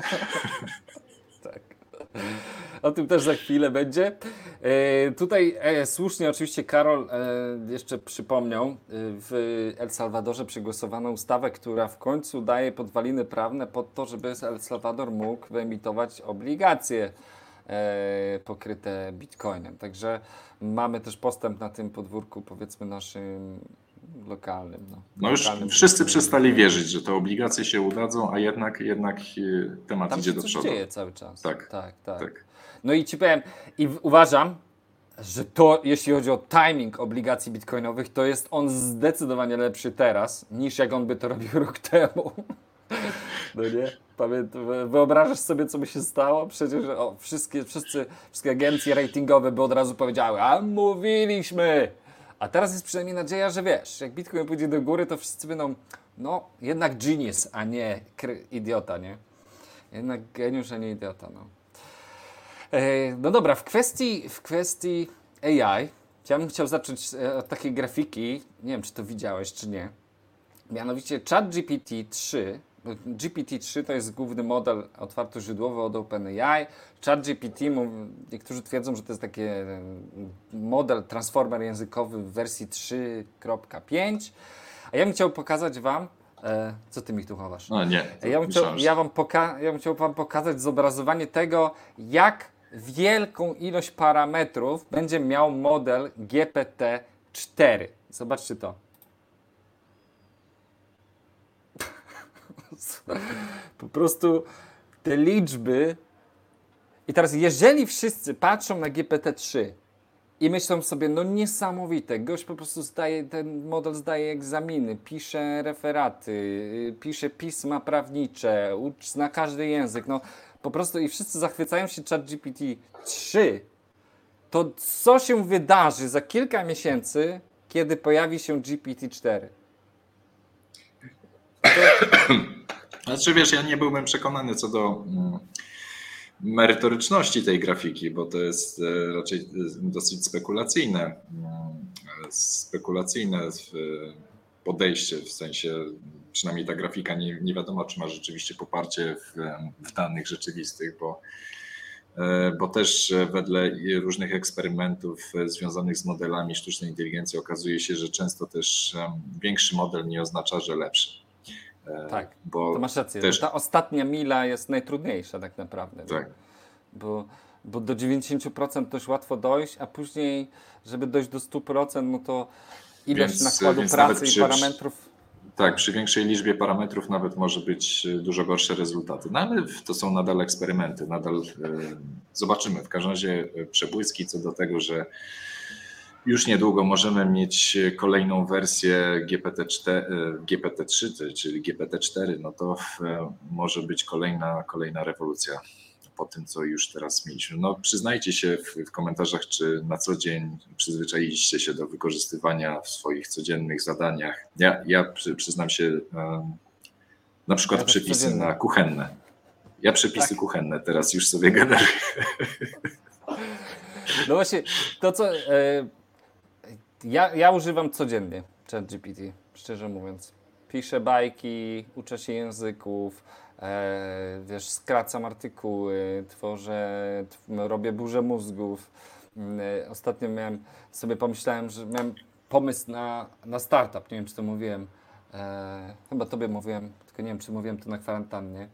Tak. O tym też za chwilę będzie. E, tutaj e, słusznie oczywiście Karol e, jeszcze przypomniał, e, w El Salwadorze przegłosowano ustawę, która w końcu daje podwaliny prawne pod to, żeby El Salwador mógł wyemitować obligacje e, pokryte bitcoinem. Także mamy też postęp na tym podwórku, powiedzmy naszym lokalnym. No, no już lokalnym wszyscy przestali wierzyć, że te obligacje się udadzą, a jednak, jednak e, temat Tam idzie się do coś przodu. dzieje cały czas. Tak, tak, tak. tak. No i ci powiem, i w- uważam, że to, jeśli chodzi o timing obligacji bitcoinowych, to jest on zdecydowanie lepszy teraz, niż jak on by to robił rok temu. No nie? Pamiętam, wyobrażasz sobie, co by się stało? Przecież o, wszystkie, wszyscy, wszystkie agencje ratingowe by od razu powiedziały, a mówiliśmy! A teraz jest przynajmniej nadzieja, że wiesz, jak Bitcoin pójdzie do góry, to wszyscy będą, no, jednak genius, a nie kry- idiota, nie? Jednak geniusz, a nie idiota, no. E, No dobra, w kwestii, w kwestii A I, ja bym chciał zacząć e, od takiej grafiki, nie wiem, czy to widziałeś, czy nie. Mianowicie ChatGPT trzy, bo G P T trzy to jest główny model otwartoźródłowy od OpenAI. ChatGPT, mów- niektórzy twierdzą, że to jest taki model transformer językowy w wersji trzy kropka pięć. A ja bym chciał pokazać wam, e, co ty mi tu chowasz? No nie, to Ja bym, chciał, myślałem, że- ja, wam poka- ja bym chciał wam pokazać zobrazowanie tego, jak wielką ilość parametrów będzie miał model G P T cztery. Zobaczcie to. Po prostu te liczby. I teraz, jeżeli wszyscy patrzą na G P T trzy i myślą sobie, no niesamowite, gość po prostu zdaje, ten model zdaje egzaminy, pisze referaty, yy, pisze pisma prawnicze, ucz, zna każdy język, no po prostu i wszyscy zachwycają się ChatGPT trzy, to co się wydarzy za kilka miesięcy, kiedy pojawi się G P T cztery? Znaczy wiesz, ja nie byłbym przekonany co do mm, merytoryczności tej grafiki, bo to jest e, raczej e, dosyć spekulacyjne, mm, e, spekulacyjne e, podejście, w sensie przynajmniej ta grafika nie, nie wiadomo, czy ma rzeczywiście poparcie w, w danych rzeczywistych, bo, e, bo też wedle różnych eksperymentów e, związanych z modelami sztucznej inteligencji okazuje się, że często też e, większy model nie oznacza, że lepszy. E, Tak, bo to masz rację, też- ta ostatnia mila jest najtrudniejsza tak naprawdę. Tak. Bo, bo do dziewięćdziesiąt procent dość łatwo dojść, a później, żeby dojść do stu procent, no to ilość Więc- nakładu więc pracy nawet i przy- parametrów. Tak, przy większej liczbie parametrów nawet może być e, dużo gorsze rezultaty. No ale to są nadal eksperymenty, nadal e, zobaczymy. W każdym razie e, przebłyski co do tego, że już niedługo możemy mieć kolejną wersję G P T cztery, e, G P T trzy, czyli G P T cztery, no to e, może być kolejna, kolejna rewolucja po tym, co już teraz mieliśmy. No przyznajcie się w, w komentarzach, czy na co dzień przyzwyczailiście się do wykorzystywania w swoich codziennych zadaniach. Ja, ja przy, przyznam się, em, na przykład Ja też przepisy codziennie. na kuchenne. Ja przepisy Tak. kuchenne teraz już sobie generuję. No właśnie, to co... E, ja, ja używam codziennie ChatGPT, szczerze mówiąc. Piszę bajki, uczę się języków, e, wiesz, skracam artykuły, tworzę, tw- robię burzę mózgów. E, ostatnio miałem, sobie pomyślałem, że miałem pomysł na, na startup, nie wiem, czy to mówiłem. E, chyba tobie mówiłem, tylko nie wiem, czy mówiłem to na kwarantannie.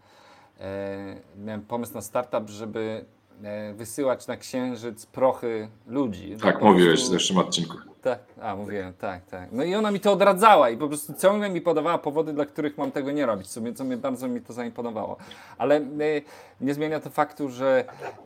E, miałem pomysł na startup, żeby e, wysyłać na Księżyc prochy ludzi. Tak, Po mówiłeś w prostu- zeszłym odcinku. Tak, a mówiłem, tak, tak. No i ona mi to odradzała i po prostu ciągle mi podawała powody, dla których mam tego nie robić, co mnie, co mnie bardzo mi to zaimponowało. Ale y, nie zmienia to faktu, że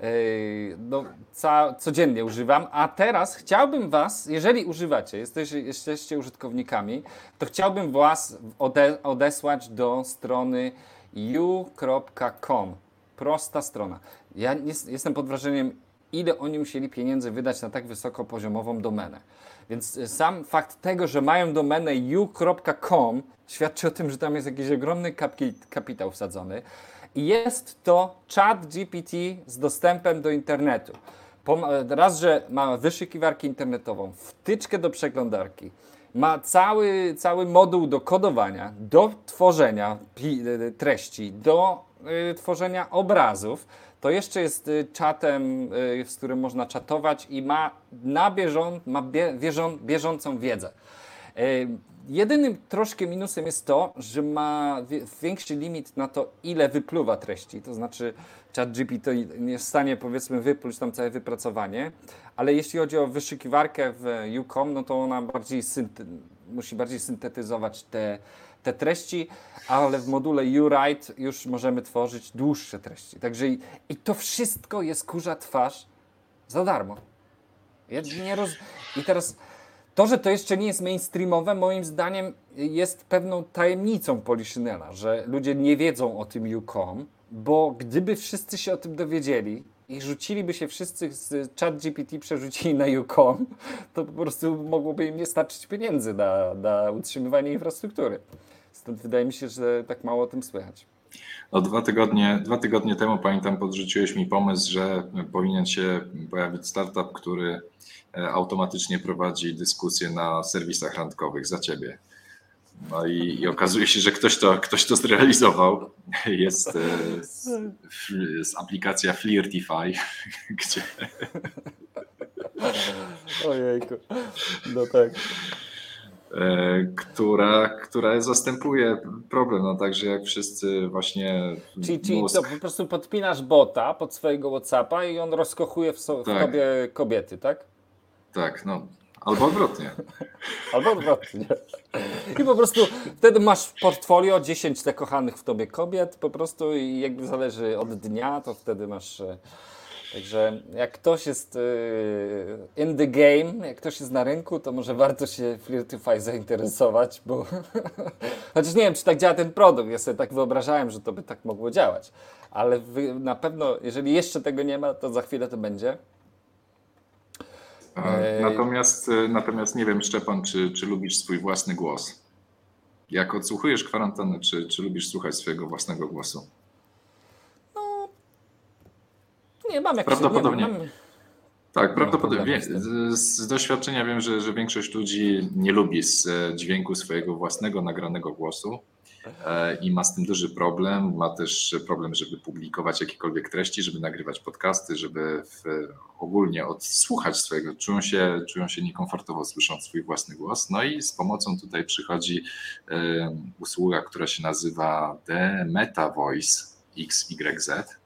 y, no, ca, codziennie używam, a teraz chciałbym was, jeżeli używacie, jesteście, jesteście użytkownikami, to chciałbym was ode, odesłać do strony you kropka com. Prosta strona. Ja nie, jestem pod wrażeniem, ile oni musieli pieniędzy wydać na tak wysokopoziomową domenę. Więc sam fakt tego, że mają domenę you kropka com świadczy o tym, że tam jest jakiś ogromny kapi- kapitał wsadzony. I jest to ChatGPT z dostępem do internetu. Pom- raz, że ma wyszukiwarkę internetową, wtyczkę do przeglądarki, ma cały, cały moduł do kodowania, do tworzenia pi- treści, do y, tworzenia obrazów. To jeszcze jest y, czatem, y, z którym można czatować i ma na bieżąco, ma bie, bieżą, bieżącą wiedzę. Y, jedynym troszkę minusem jest to, że ma wie, większy limit na to, ile wypluwa treści. To znaczy ChatGPT nie jest w stanie, powiedzmy, wypluć tam całe wypracowanie, ale jeśli chodzi o wyszukiwarkę w you kropka com, no to ona bardziej synte- musi bardziej syntetyzować te te treści, ale w module YouWrite już możemy tworzyć dłuższe treści. Także i, i to wszystko jest kurza twarz za darmo. Ja nie roz... I teraz to, że to jeszcze nie jest mainstreamowe, moim zdaniem jest pewną tajemnicą Poliszynela, że ludzie nie wiedzą o tym you kropka com, bo gdyby wszyscy się o tym dowiedzieli i rzuciliby się wszyscy z ChatGPT, przerzucili na you kropka com, to po prostu mogłoby im nie starczyć pieniędzy na, na utrzymywanie infrastruktury. Stąd wydaje mi się, że tak mało o tym słychać. No, dwa tygodnie, dwa tygodnie temu, pamiętam, podrzuciłeś mi pomysł, że powinien się pojawić startup, który automatycznie prowadzi dyskusje na serwisach randkowych za ciebie. No i, i okazuje się, że ktoś to, ktoś to zrealizował. Jest z, z aplikacja Flirtify, gdzie... Ojejku, no tak. Która, która zastępuje problem, no także jak wszyscy właśnie Czyli, czyli mózg... to po prostu podpinasz bota pod swojego WhatsAppa i on rozkochuje w, so, w Tak. tobie kobiety, tak? Tak, no, albo odwrotnie. Albo odwrotnie. I po prostu wtedy masz w portfolio dziesięć zakochanych w tobie kobiet po prostu i jakby zależy od dnia, to wtedy masz... e, Także jak ktoś jest e, in the game, jak ktoś jest na rynku, to może warto się Flirtify zainteresować, bo chociaż nie wiem, czy tak działa ten produkt, ja sobie tak wyobrażałem, że to by tak mogło działać, ale wy, na pewno, jeżeli jeszcze tego nie ma, to za chwilę to będzie. Natomiast, natomiast nie wiem, Szczepan, czy, czy lubisz swój własny głos? Jak odsłuchujesz kwarantannę, czy, czy lubisz słuchać swojego własnego głosu? Nie, mam jakieś... Prawdopodobnie. Nie, mam, Tak, prawdopodobnie. problemu z Wie- Z, z doświadczenia wiem, że, że większość ludzi nie lubi z e, dźwięku swojego własnego nagranego głosu e, i ma z tym duży problem. Ma też problem, żeby publikować jakiekolwiek treści, żeby nagrywać podcasty, żeby w, ogólnie odsłuchać swojego. Czują się, czują się niekomfortowo słysząc swój własny głos. No i z pomocą tutaj przychodzi e, usługa, która się nazywa The Meta Voice X Y Z.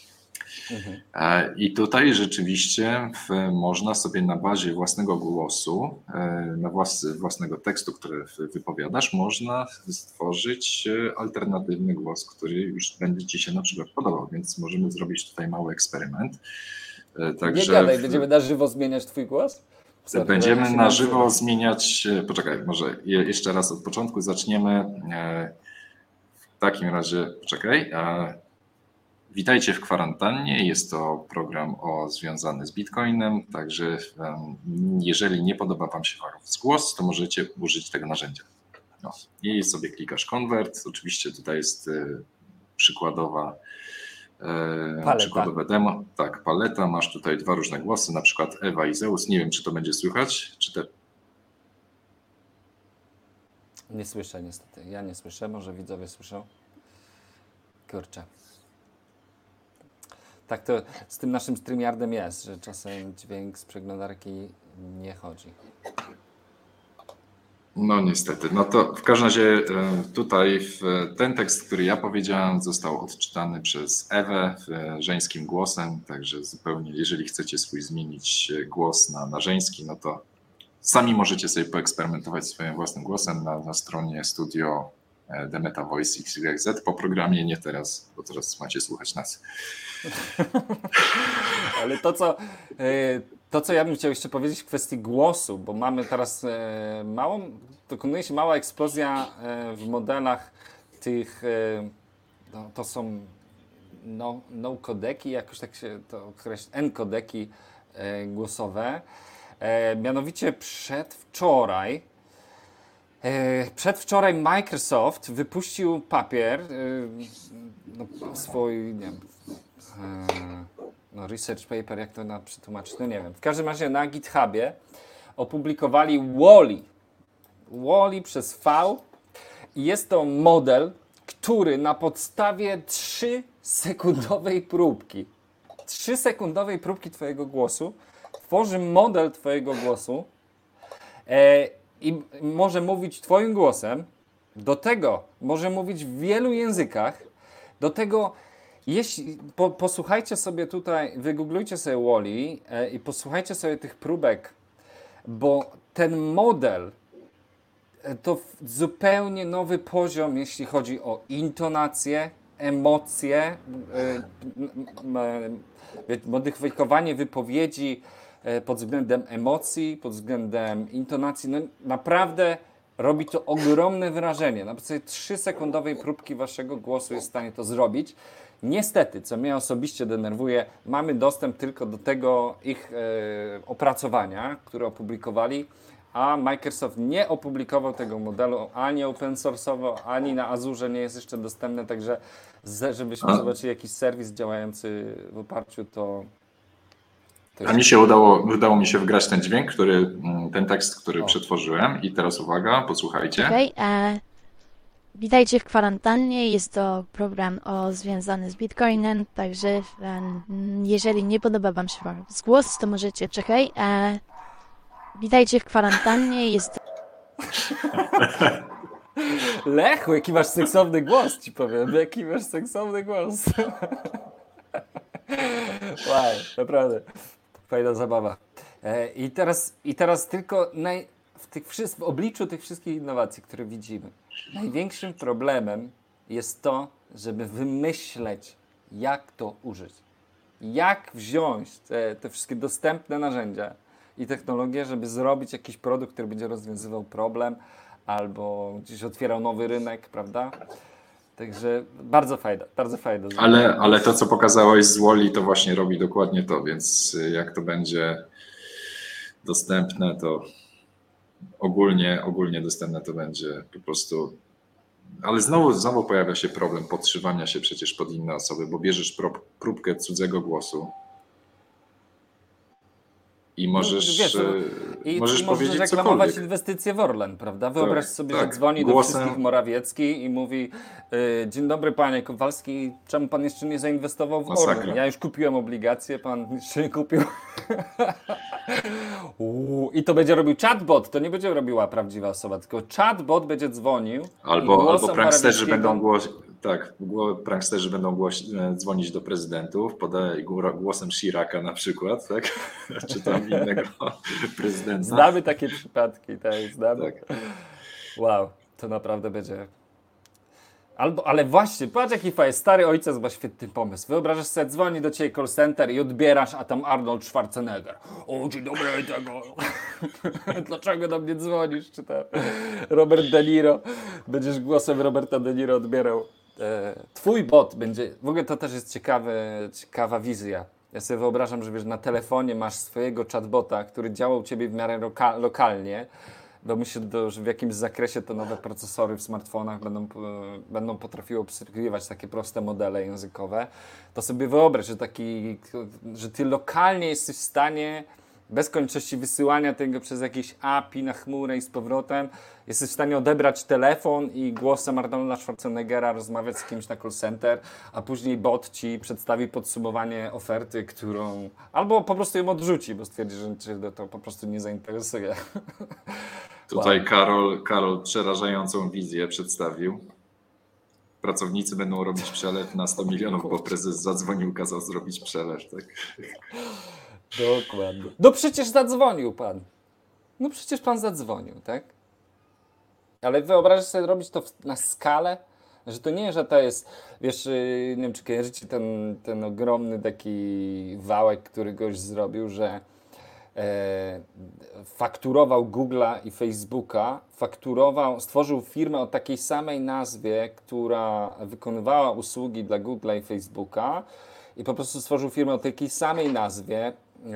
I tutaj rzeczywiście w, można sobie na bazie własnego głosu, na włas, własnego tekstu, który wypowiadasz, można stworzyć alternatywny głos, który już będzie ci się na przykład podobał, więc możemy zrobić tutaj mały eksperyment. Także nie gadaj, w, będziemy na żywo zmieniać twój głos? Sorry, będziemy na żywo zmieniać, poczekaj, może jeszcze raz od początku zaczniemy. W takim razie, poczekaj. Witajcie w kwarantannie. Jest to program o, związany z Bitcoinem, także jeżeli nie podoba wam się wasz głos, to możecie użyć tego narzędzia. No. I sobie klikasz Convert. Oczywiście tutaj jest przykładowa E, Paleta. Przykładowe demo. Tak, paleta. Masz tutaj dwa różne głosy, na przykład Ewa i Zeus. Nie wiem, czy to będzie słychać, czy te... Nie słyszę niestety. Ja nie słyszę, może widzowie słyszą. Kurczę. Tak to z tym naszym StreamYardem jest, że czasem dźwięk z przeglądarki nie chodzi. No niestety. No to w każdym razie e, tutaj w- ten tekst, który ja powiedziałem, został odczytany przez Ewę e, żeńskim głosem, także zupełnie, jeżeli chcecie swój zmienić e, głos na, na żeński, no to sami możecie sobie poeksperymentować swoim własnym głosem na, na stronie studio e, Demeta Voice X Y Z po programie, nie teraz, bo teraz macie słuchać nas. Ale to co, e, to, co ja bym chciał jeszcze powiedzieć w kwestii głosu, bo mamy teraz e, małą, dokonuje się mała eksplozja e, w modelach tych, e, no, to są no, no kodeki, jakoś tak się to określa, N-kodeki e, głosowe. E, mianowicie przedwczoraj, e, przedwczoraj Microsoft wypuścił papier, e, no, swój, nie wiem, e, no research paper, jak to na przetłumaczyć, no nie wiem. W każdym razie na GitHubie opublikowali Wall-E. Wall-E przez V i jest to model, który na podstawie trzysekundowej próbki, trzysekundowej próbki twojego głosu tworzy model twojego głosu e, i może mówić twoim głosem, do tego może mówić w wielu językach, do tego jeśli, po, posłuchajcie sobie tutaj, wygooglujcie sobie Wall-E e, i posłuchajcie sobie tych próbek, bo ten model e, to w- zupełnie nowy poziom, jeśli chodzi o intonację, emocje, e, m- m- m- wie- modyfikowanie wypowiedzi e, pod względem emocji, pod względem intonacji. No, naprawdę robi to ogromne wrażenie. Na podstawie trzysekundowej próbki waszego głosu jest w stanie to zrobić. Niestety, co mnie osobiście denerwuje, mamy dostęp tylko do tego ich e, opracowania, które opublikowali, a Microsoft nie opublikował tego modelu ani open source'owo, ani na Azurze nie jest jeszcze dostępne, także z- żebyśmy A- zobaczyli jakiś serwis działający w oparciu, to... to A mi się udało, udało mi się wgrać ten dźwięk, który, mm, ten tekst, który przetworzyłem i teraz uwaga, posłuchajcie. Okej, e, witajcie w kwarantannie. Jest to program o, związany z Bitcoinem, także e, jeżeli nie podoba Wam się Wasz głos, to możecie, czekaj, e, witajcie w kwarantannie. Jest to Lechu, jaki masz seksowny głos, ci powiem. Jaki masz seksowny głos. Wow, naprawdę. Fajna zabawa. E, i, teraz, I teraz tylko naj, w, tych, wszy- w obliczu tych wszystkich innowacji, które widzimy, największym problemem jest to, żeby wymyśleć, jak to użyć. Jak wziąć te, te wszystkie dostępne narzędzia i technologie, żeby zrobić jakiś produkt, który będzie rozwiązywał problem albo gdzieś otwierał nowy rynek, prawda? Także bardzo fajne, bardzo fajne. Ale, ale to, co pokazałeś z Wall-E, to właśnie robi dokładnie to, więc y, jak to będzie dostępne, to ogólnie, ogólnie dostępne to będzie po prostu. Ale znowu, znowu pojawia się problem podszywania się przecież pod inne osoby, bo bierzesz prób, próbkę cudzego głosu i możesz, wiesz, y, I, możesz i możesz powiedzieć reklamować cokolwiek. inwestycje w Orlen, prawda? Wyobraź Tak, sobie, tak. że dzwoni Głosem- do wszystkich Morawiecki i mówi: y, dzień dobry panie Kowalski, czemu pan jeszcze nie zainwestował w Masakra. Orlen? Ja już kupiłem obligacje, pan jeszcze nie kupił. Uuu, I to będzie robił chatbot, to nie będzie robiła prawdziwa osoba, tylko chatbot będzie dzwonił i Albo, głosem albo pranksterzy Morawieckiego- będą głos, tak, gło- pranksterzy będą głos, e, dzwonić do prezydentów, podaje góra- głosem Chiraca na przykład, tak? Czy tam innego prezydenta. Znamy takie przypadki, tak, znamy. Tak. Wow, to naprawdę będzie... Albo, ale właśnie, patrz jaki fajny, stary ojciec ma świetny pomysł. Wyobrażasz sobie, dzwoni do ciebie call center i odbierasz, a tam Arnold Schwarzenegger. O, dzień dobry, tego. Dlaczego do mnie dzwonisz? Czy tam Robert De Niro. Będziesz głosem Roberta De Niro odbierał. E, twój bot będzie, w ogóle to też jest ciekawe, ciekawa wizja. Ja sobie wyobrażam, że wiesz, na telefonie masz swojego chatbota, który działa u ciebie w miarę loka- lokalnie. bo myślę, do- że w jakimś zakresie te nowe procesory w smartfonach będą, po- będą potrafiły obsługiwać takie proste modele językowe, to sobie wyobraź, że, taki, że ty lokalnie jesteś w stanie bez konieczności wysyłania tego przez jakieś A P I na chmurę i z powrotem, jesteś w stanie odebrać telefon i głosem Arnolda Schwarzeneggera rozmawiać z kimś na call center, a później bot ci przedstawi podsumowanie oferty, którą... albo po prostu ją odrzuci, bo stwierdzi, że cię to po prostu nie zainteresuje. Tutaj Karol, Karol przerażającą wizję przedstawił. Pracownicy będą robić przelew na sto milionów, bo prezes zadzwonił, kazał zrobić przelew. Tak? Dokładnie. No przecież zadzwonił pan. No przecież pan zadzwonił, tak? Ale wyobrażasz sobie robić to w- na skalę? Że to nie, że to jest, wiesz, yy, nie wiem, czy kojarzycie ten, ten ogromny taki wałek, który goś zrobił, że e, fakturował Google'a i Facebooka, fakturował, stworzył firmę o takiej samej nazwie, która wykonywała usługi dla Google'a i Facebooka i po prostu stworzył firmę o takiej samej nazwie yy,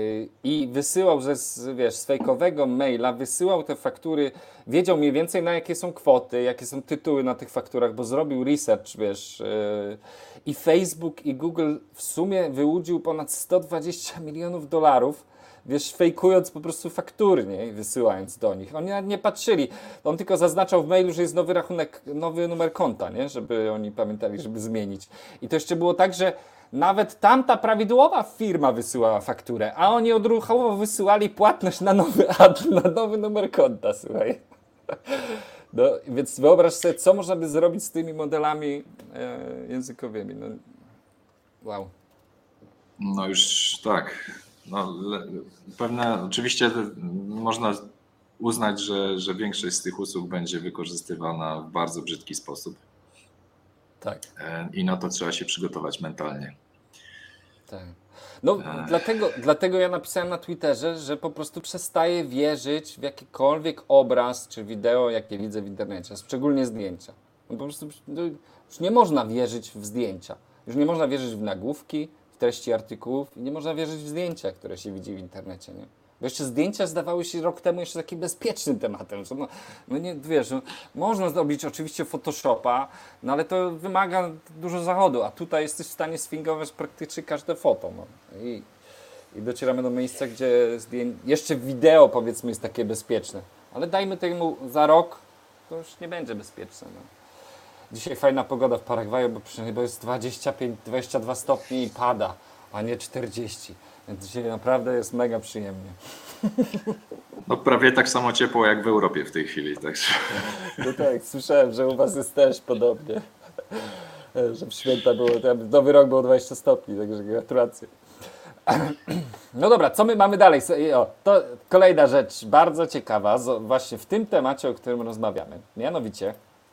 i wysyłał ze, z, wiesz, z fejkowego maila, wysyłał te faktury, wiedział mniej więcej na jakie są kwoty, jakie są tytuły na tych fakturach, bo zrobił research, wiesz, yy, i Facebook i Google w sumie wyłudził ponad sto dwadzieścia milionów dolarów, wiesz, fejkując po prostu faktury, nie? I wysyłając do nich. Oni nawet nie patrzyli. On tylko zaznaczał w mailu, że jest nowy rachunek, nowy numer konta, nie? Żeby oni pamiętali, żeby zmienić. I to jeszcze było tak, że nawet tamta prawidłowa firma wysyłała fakturę, a oni odruchowo wysyłali płatność na nowy ad, na nowy numer konta, słuchaj. No, więc wyobraź sobie, co można by zrobić z tymi modelami e, językowymi. No, wow. No już tak. No, le- pewne, oczywiście można uznać, że, że większość z tych usług będzie wykorzystywana w bardzo brzydki sposób Tak. e, i na to trzeba się przygotować mentalnie. Tak. No, Ech. dlatego, dlatego ja napisałem na Twitterze, że po prostu przestaję wierzyć w jakikolwiek obraz czy wideo, jakie widzę w internecie, szczególnie zdjęcia. No, po prostu no, już nie można wierzyć w zdjęcia. Już nie można wierzyć w nagłówki, w treści artykułów i nie można wierzyć w zdjęcia, które się widzi w internecie, nie? Bo jeszcze zdjęcia zdawały się rok temu jeszcze takim bezpiecznym tematem, że no, no nie, wiesz, no, można zrobić oczywiście Photoshopa, no ale to wymaga dużo zachodu, a tutaj jesteś w stanie sfingować praktycznie każde foto, no. I, i docieramy do miejsca, gdzie zdję... jeszcze wideo, powiedzmy, jest takie bezpieczne, ale dajmy temu za rok, to już nie będzie bezpieczne, no. Dzisiaj fajna pogoda w Paragwaju, bo, przynajmniej, bo jest dwadzieścia pięć dwadzieścia dwa stopnie i pada, a nie czterdzieści. Więc dzisiaj naprawdę jest mega przyjemnie. No prawie tak samo ciepło jak w Europie w tej chwili. Także. No tak, słyszałem, że u was jest też podobnie. Że w święta było, tam nowy rok było dwadzieścia stopni, także gratulacje. No dobra, co my mamy dalej? O, to kolejna rzecz bardzo ciekawa, z- właśnie w tym temacie, o którym rozmawiamy. Mianowicie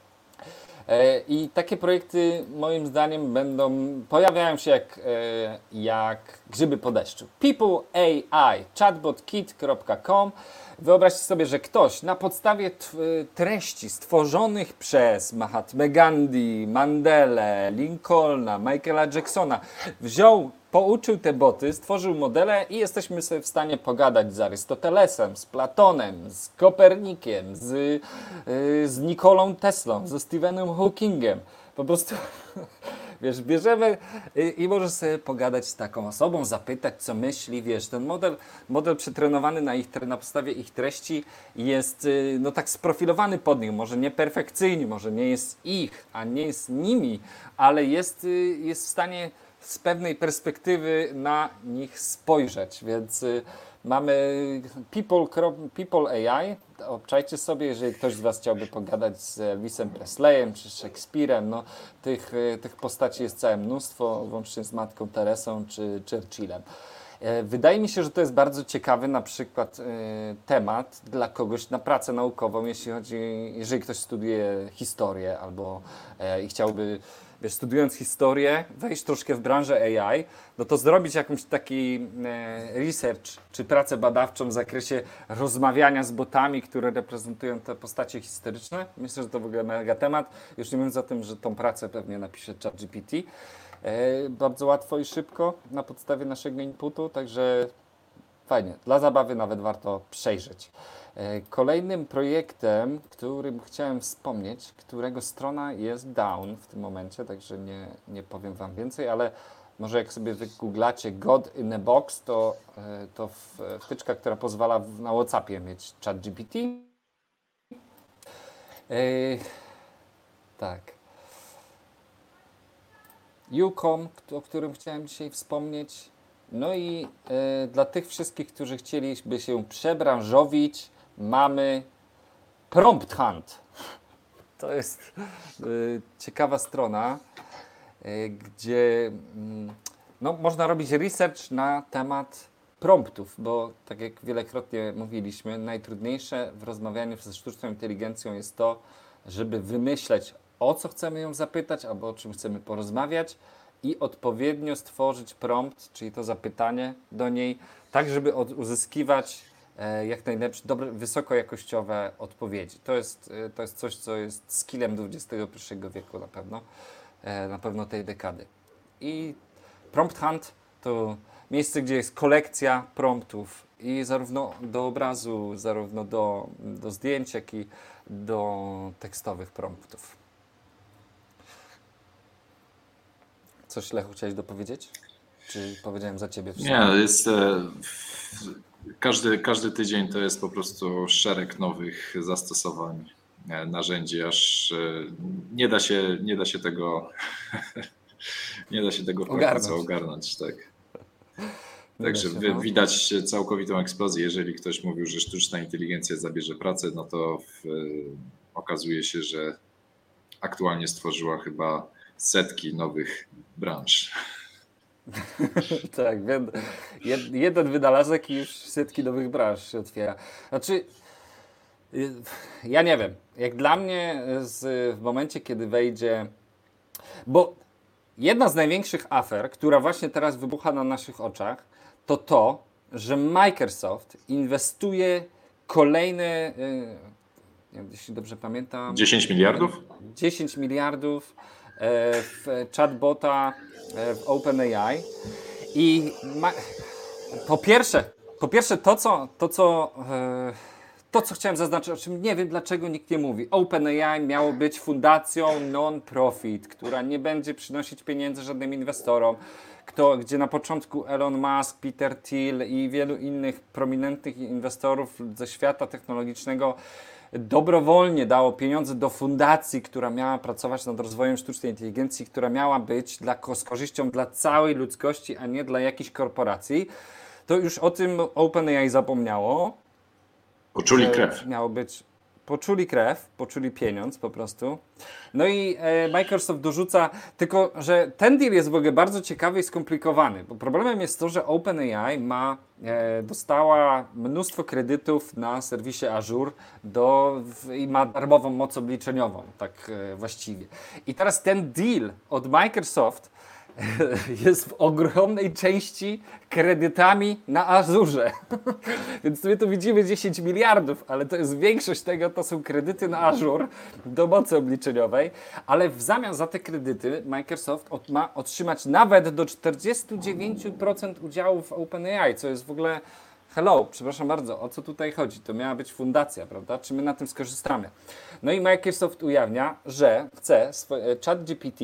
E, I takie projekty moim zdaniem będą, pojawiają się jak, e, jak grzyby po deszczu. People A I, chatbot kit kropka com. Wyobraźcie sobie, że ktoś na podstawie t- treści stworzonych przez Mahatmę Gandhi, Mandelę, Lincolna, Michaela Jacksona wziął, pouczył te boty, stworzył modele i jesteśmy sobie w stanie pogadać z Arystotelesem, z Platonem, z Kopernikiem, z, yy, z Nikolą Teslą, ze Stephenem Hawkingiem. Po prostu, wiesz, bierzemy i, i możesz sobie pogadać z taką osobą, zapytać, co myśli, wiesz, ten model, model przetrenowany na, ich, tre- na podstawie ich treści jest, yy, no tak sprofilowany pod nich, może nie perfekcyjnie, może nie jest ich, a nie jest nimi, ale jest, yy, jest w stanie z pewnej perspektywy na nich spojrzeć, więc y, mamy People, kro- People A I. Obczajcie sobie, jeżeli ktoś z was chciałby pogadać z Elvisem Presleyem czy Szekspirem, no tych, y, tych postaci jest całe mnóstwo, łącznie z Matką Teresą czy Churchillem. E, Wydaje mi się, że to jest bardzo ciekawy na przykład e, temat dla kogoś na pracę naukową, jeśli chodzi, jeżeli ktoś studiuje historię albo e, i chciałby, wiesz, studiując historię, wejść troszkę w branżę A I, no to zrobić jakiś taki e, research czy pracę badawczą w zakresie rozmawiania z botami, które reprezentują te postacie historyczne. Myślę, że to w ogóle mega temat. Już nie mówiąc o tym, że tą pracę pewnie napisze ChatGPT. E, bardzo łatwo i szybko na podstawie naszego inputu, także fajnie. Dla zabawy nawet warto przejrzeć. E, Kolejnym projektem, którym chciałem wspomnieć, którego strona jest down w tym momencie, także nie, nie powiem Wam więcej, ale może jak sobie wygooglacie God in a Box, to, e, to w- wtyczka, która pozwala w- na WhatsAppie mieć ChatGPT. E, tak. Ucom, o którym chciałem dzisiaj wspomnieć. No i e, dla tych wszystkich, którzy chcieliby się przebranżowić, mamy Prompt Hunt. To jest e, ciekawa strona, e, gdzie mm, no, można robić research na temat promptów, bo tak jak wielokrotnie mówiliśmy, najtrudniejsze w rozmawianiu ze sztuczną inteligencją jest to, żeby wymyśleć, o co chcemy ją zapytać, albo o czym chcemy porozmawiać i odpowiednio stworzyć prompt, czyli to zapytanie do niej, tak żeby od, uzyskiwać e, jak najlepsze, dobre, wysokojakościowe odpowiedzi. To jest, e, to jest coś, co jest skillem dwudziestego pierwszego wieku na pewno, e, na pewno tej dekady. I Prompt Hunt to miejsce, gdzie jest kolekcja promptów i zarówno do obrazu, zarówno do, do zdjęć, jak i do tekstowych promptów. Coś, Lechu, chciałeś dopowiedzieć? Czy powiedziałem za Ciebie wszystko? Nie, jest, e, w- każdy, każdy tydzień to jest po prostu szereg nowych zastosowań, e, narzędzi, aż e, nie da się, nie da się tego nie da się tego w praktyce Ogarnąć. ogarnąć. Tak. Nie Także da się, wi- no. widać całkowitą eksplozję. Jeżeli ktoś mówił, że sztuczna inteligencja zabierze pracę, no to w, okazuje się, że aktualnie stworzyła chyba setki nowych branż. Tak, wied- jed- jeden wynalazek i już setki nowych branż się otwiera. Znaczy, y, ja nie wiem, jak dla mnie z, w momencie, kiedy wejdzie, bo jedna z największych afer, która właśnie teraz wybucha na naszych oczach, to to, że Microsoft inwestuje kolejne, y, nie wiem, jeśli dobrze pamiętam, dziesięć miliardów? dziesięć miliardów e, w chatbota e, w OpenAI i ma, po pierwsze, po pierwsze to co, to, co, e, to, co chciałem zaznaczyć, o czym nie wiem dlaczego nikt nie mówi. OpenAI miało być fundacją non-profit, która nie będzie przynosić pieniędzy żadnym inwestorom, kto, gdzie na początku Elon Musk, Peter Thiel i wielu innych prominentnych inwestorów ze świata technologicznego dobrowolnie dało pieniądze do fundacji, która miała pracować nad rozwojem sztucznej inteligencji, która miała być dla, z korzyścią dla całej ludzkości, a nie dla jakichś korporacji, to już o tym OpenAI zapomniało. Poczuli że krew. Miało być, poczuli krew, poczuli pieniądz po prostu. No i e, Microsoft dorzuca, tylko że ten deal jest w ogóle bardzo ciekawy i skomplikowany, bo problemem jest to, że OpenAI ma, e, dostała mnóstwo kredytów na serwisie Azure do, w, i ma darmową moc obliczeniową, tak e, właściwie. I teraz ten deal od Microsoft jest w ogromnej części kredytami na Azurze. Więc my tu widzimy dziesięć miliardów, ale to jest większość tego, to są kredyty na Azure do mocy obliczeniowej, ale w zamian za te kredyty Microsoft od, ma otrzymać nawet do czterdzieści dziewięć procent udziałów w OpenAI, co jest w ogóle hello, przepraszam bardzo, o co tutaj chodzi? To miała być fundacja, prawda? Czy my na tym skorzystamy? No i Microsoft ujawnia, że chce swoje ChatGPT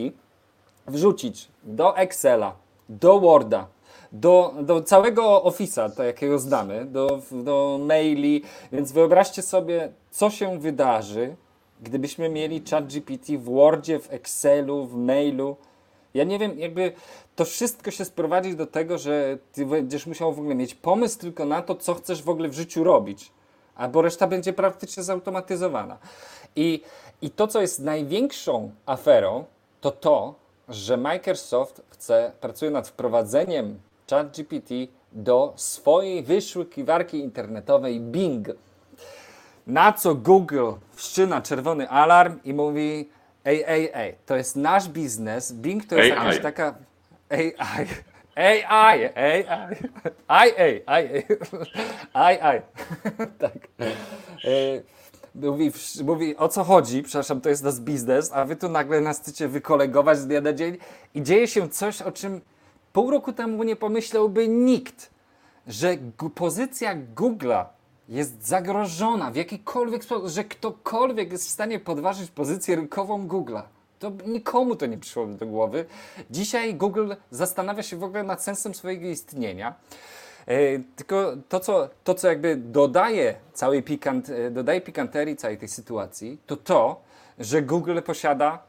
wrzucić do Excela, do Worda, do, do całego Office'a, tak jakiego znamy, do, do maili, więc wyobraźcie sobie, co się wydarzy, gdybyśmy mieli ChatGPT w Wordzie, w Excelu, w mailu. Ja nie wiem, jakby to wszystko się sprowadzi do tego, że ty będziesz musiał w ogóle mieć pomysł tylko na to, co chcesz w ogóle w życiu robić, albo reszta będzie praktycznie zautomatyzowana. I, i to, co jest największą aferą, to to, że Microsoft chce, pracuje nad wprowadzeniem ChatGPT do swojej wyszukiwarki internetowej Bing. Na co Google wszczyna czerwony alarm i mówi: ej, ej, ej, to jest nasz biznes, Bing to jest A I. jakaś taka A I. A I, A I, A I, A I, A I, tak. E, Mówi, mówi, o co chodzi, przepraszam, to jest nasz biznes, a wy tu nagle nas chcecie wykolegować z dnia na dzień i dzieje się coś, o czym pół roku temu nie pomyślałby nikt, że gu- pozycja Google'a jest zagrożona w jakikolwiek sposób, że ktokolwiek jest w stanie podważyć pozycję rynkową Google'a. To nikomu to nie przyszło do głowy. Dzisiaj Google zastanawia się w ogóle nad sensem swojego istnienia. E, tylko to co, to, co jakby dodaje całej pikant, e, dodaje pikanterii całej tej sytuacji, to to, że Google posiada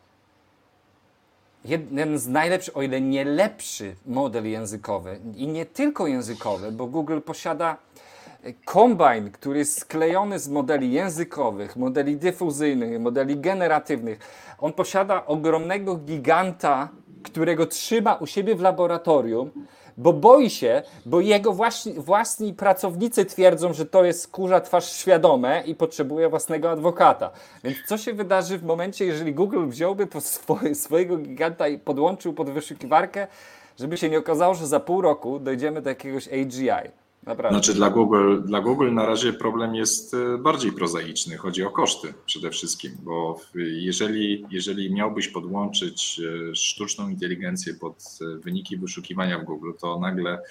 jeden z najlepszych, o ile nie lepszy model językowy i nie tylko językowy, bo Google posiada kombajn, który jest sklejony z modeli językowych, modeli dyfuzyjnych, modeli generatywnych. On posiada ogromnego giganta, którego trzyma u siebie w laboratorium, bo boi się, bo jego własni, własni pracownicy twierdzą, że to jest kurza twarz świadome i potrzebuje własnego adwokata. Więc co się wydarzy w momencie, jeżeli Google wziąłby po swoje, swojego giganta i podłączył pod wyszukiwarkę, żeby się nie okazało, że za pół roku dojdziemy do jakiegoś A G I. Naprawdę. Znaczy dla Google, dla Google na razie problem jest bardziej prozaiczny. Chodzi o koszty przede wszystkim, bo jeżeli, jeżeli miałbyś podłączyć sztuczną inteligencję pod wyniki wyszukiwania w Google, to nagle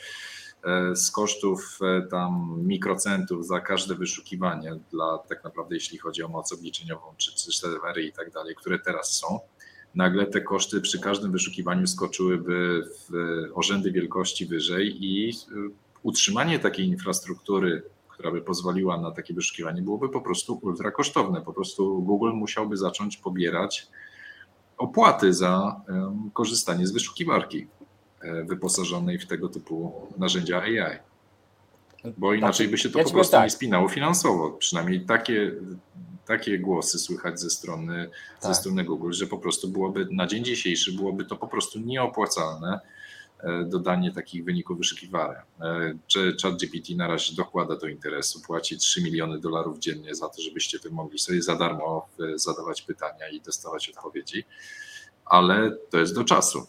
z kosztów tam mikrocentów za każde wyszukiwanie dla tak naprawdę jeśli chodzi o moc obliczeniową czy, czy serwery i tak dalej, które teraz są, nagle te koszty przy każdym wyszukiwaniu skoczyłyby w, o rzędy wielkości wyżej i utrzymanie takiej infrastruktury, która by pozwoliła na takie wyszukiwanie, byłoby po prostu ultra kosztowne. Po prostu Google musiałby zacząć pobierać opłaty za um, korzystanie z wyszukiwarki um, wyposażonej w tego typu narzędzia A I. Bo inaczej by się to ja po ci prostu powiem nie tak. spinało finansowo. Przynajmniej takie, takie głosy słychać ze strony, Tak. ze strony Google, że po prostu byłoby na dzień dzisiejszy byłoby to po prostu nieopłacalne dodanie takich wyników wyszukiwania. Czy ChatGPT na razie dokłada do interesu, płaci trzy miliony dolarów dziennie za to, żebyście wy mogli sobie za darmo zadawać pytania i dostawać odpowiedzi, ale to jest do czasu.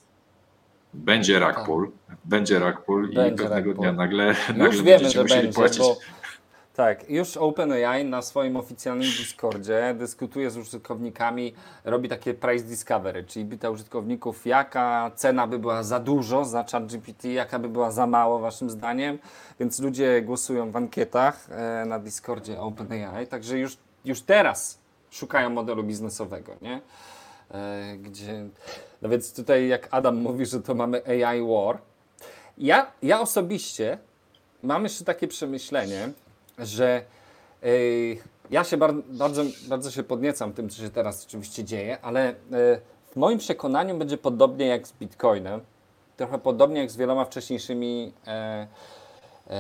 Będzie rug pull, będzie rug pull i Będzie pewnego rug pull. dnia nagle, Już nagle wiemy, będziecie że musieli będzie, płacić. bo tak, już OpenAI na swoim oficjalnym Discordzie dyskutuje z użytkownikami, robi takie price discovery, czyli pyta użytkowników, jaka cena by była za dużo za ChatGPT, jaka by była za mało waszym zdaniem, więc ludzie głosują w ankietach e, na Discordzie OpenAI, także już, już teraz szukają modelu biznesowego, nie? E, gdzie, no więc tutaj jak Adam mówi, że to mamy A I war, ja, ja osobiście mam jeszcze takie przemyślenie, że yy, ja się bar- bardzo, bardzo się podniecam tym, co się teraz oczywiście dzieje, ale yy, w moim przekonaniu będzie podobnie jak z Bitcoinem, trochę podobnie jak z wieloma wcześniejszymi yy, yy,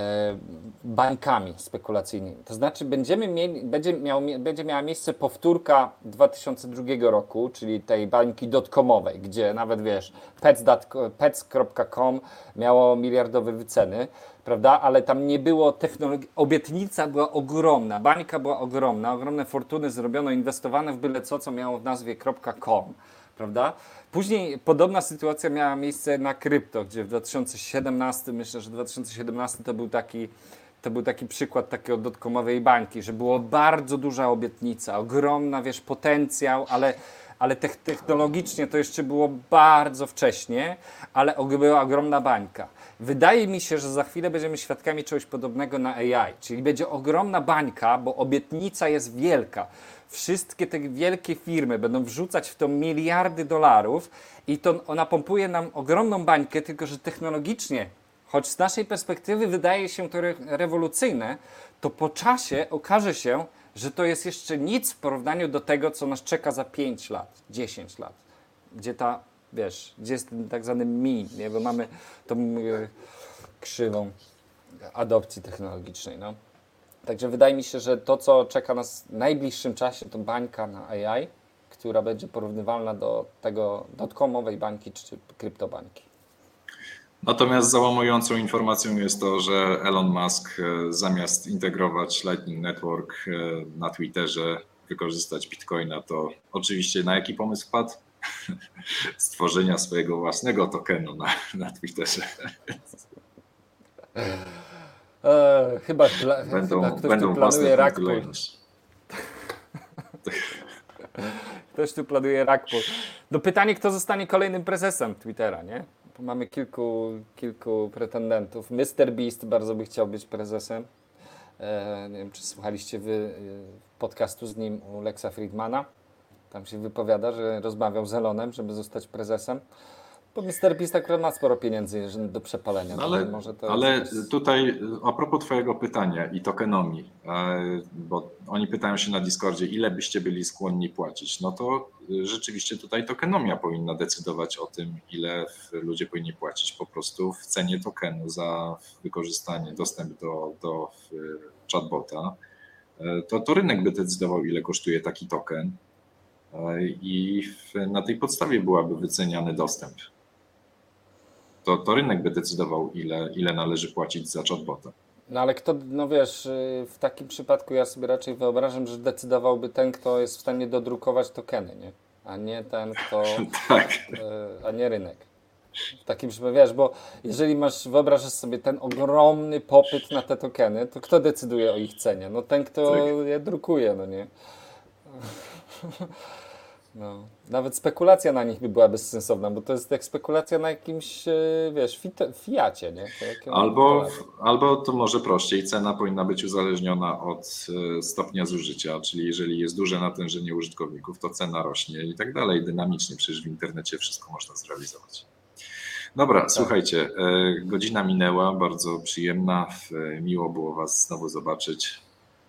bańkami spekulacyjnymi. To znaczy będziemy mieli, będzie, miał, będzie miała miejsce powtórka dwa tysiące drugiego roku, czyli tej bańki dotcomowej, gdzie nawet wiesz, pets kropka com miało miliardowe wyceny, prawda? Ale tam nie było technologii, obietnica była ogromna, bańka była ogromna, ogromne fortuny zrobiono, inwestowane w byle co, co miało w nazwie .com, prawda? Później podobna sytuacja miała miejsce na krypto, gdzie w dwa tysiące siedemnastym, myślę, że dwa tysiące siedemnasty to był taki, to był taki przykład takiej dotcomowej bańki, że było bardzo duża obietnica, ogromna, wiesz, potencjał, ale ale technologicznie to jeszcze było bardzo wcześnie, ale była ogromna bańka. Wydaje mi się, że za chwilę będziemy świadkami czegoś podobnego na A I, czyli będzie ogromna bańka, bo obietnica jest wielka. Wszystkie te wielkie firmy będą wrzucać w to miliardy dolarów i to ona pompuje nam ogromną bańkę, tylko że technologicznie, choć z naszej perspektywy wydaje się to re- rewolucyjne, to po czasie okaże się, że to jest jeszcze nic w porównaniu do tego, co nas czeka za pięć lat, dziesięć lat. Gdzie ta, wiesz, gdzie jest ten tak zwany mean, nie? Bo mamy tą e, krzywą adopcji technologicznej, no. Także wydaje mi się, że to, co czeka nas w najbliższym czasie, to bańka na A I, która będzie porównywalna do tego dotcomowej bańki czy kryptobańki. Natomiast załamującą informacją jest to, że Elon Musk zamiast integrować Lightning Network na Twitterze, wykorzystać Bitcoina, to oczywiście na jaki pomysł wpadł? Stworzenia swojego własnego tokenu na, na Twitterze. Eee, chyba, pla- Będą, chyba ktoś będą tu własne planuje punkty rug pull. lojalności. Ktoś tu planuje rug pull. No pytanie, kto zostanie kolejnym prezesem Twittera, nie? mamy kilku, kilku pretendentów. mister Beast bardzo by chciał być prezesem. E, nie wiem, czy słuchaliście wy e, podcastu z nim u Lexa Friedmana. Tam się wypowiada, że rozmawiał z Elonem, żeby zostać prezesem. Bo mister Beast akurat ma sporo pieniędzy że do przepalenia. No ale może to ale jest... tutaj a propos Twojego pytania i tokenomii, e, bo oni pytają się na Discordzie, ile byście byli skłonni płacić, no to e, rzeczywiście tutaj tokenomia powinna decydować o tym, ile w- ludzie powinni płacić po prostu w cenie tokenu za wykorzystanie, dostęp do, do w, chatbota. E, To, to rynek by decydował, ile kosztuje taki token e, i w, na tej podstawie byłaby wyceniany dostęp. To, to rynek by decydował, ile, ile należy płacić za chatbota. No ale kto, no wiesz, y, w takim przypadku ja sobie raczej wyobrażam, że decydowałby ten, kto jest w stanie dodrukować tokeny, nie? A nie ten, kto, Tak. y, a nie rynek. W takim przypadku, wiesz, bo jeżeli masz, wyobrażasz sobie ten ogromny popyt na te tokeny, to kto decyduje o ich cenie? No ten, kto Tak. je drukuje, no nie? No. Nawet spekulacja na nich by była bezsensowna, bo to jest jak spekulacja na jakimś, y, wiesz, fit- fiacie, nie? To jak ją Albo, doradzi? albo to może prościej, cena powinna być uzależniona od e, stopnia zużycia, czyli jeżeli jest duże natężenie użytkowników, to cena rośnie i tak dalej, dynamicznie, przecież w internecie wszystko można zrealizować. Dobra, słuchajcie, e, godzina minęła, bardzo przyjemna, e, miło było Was znowu zobaczyć.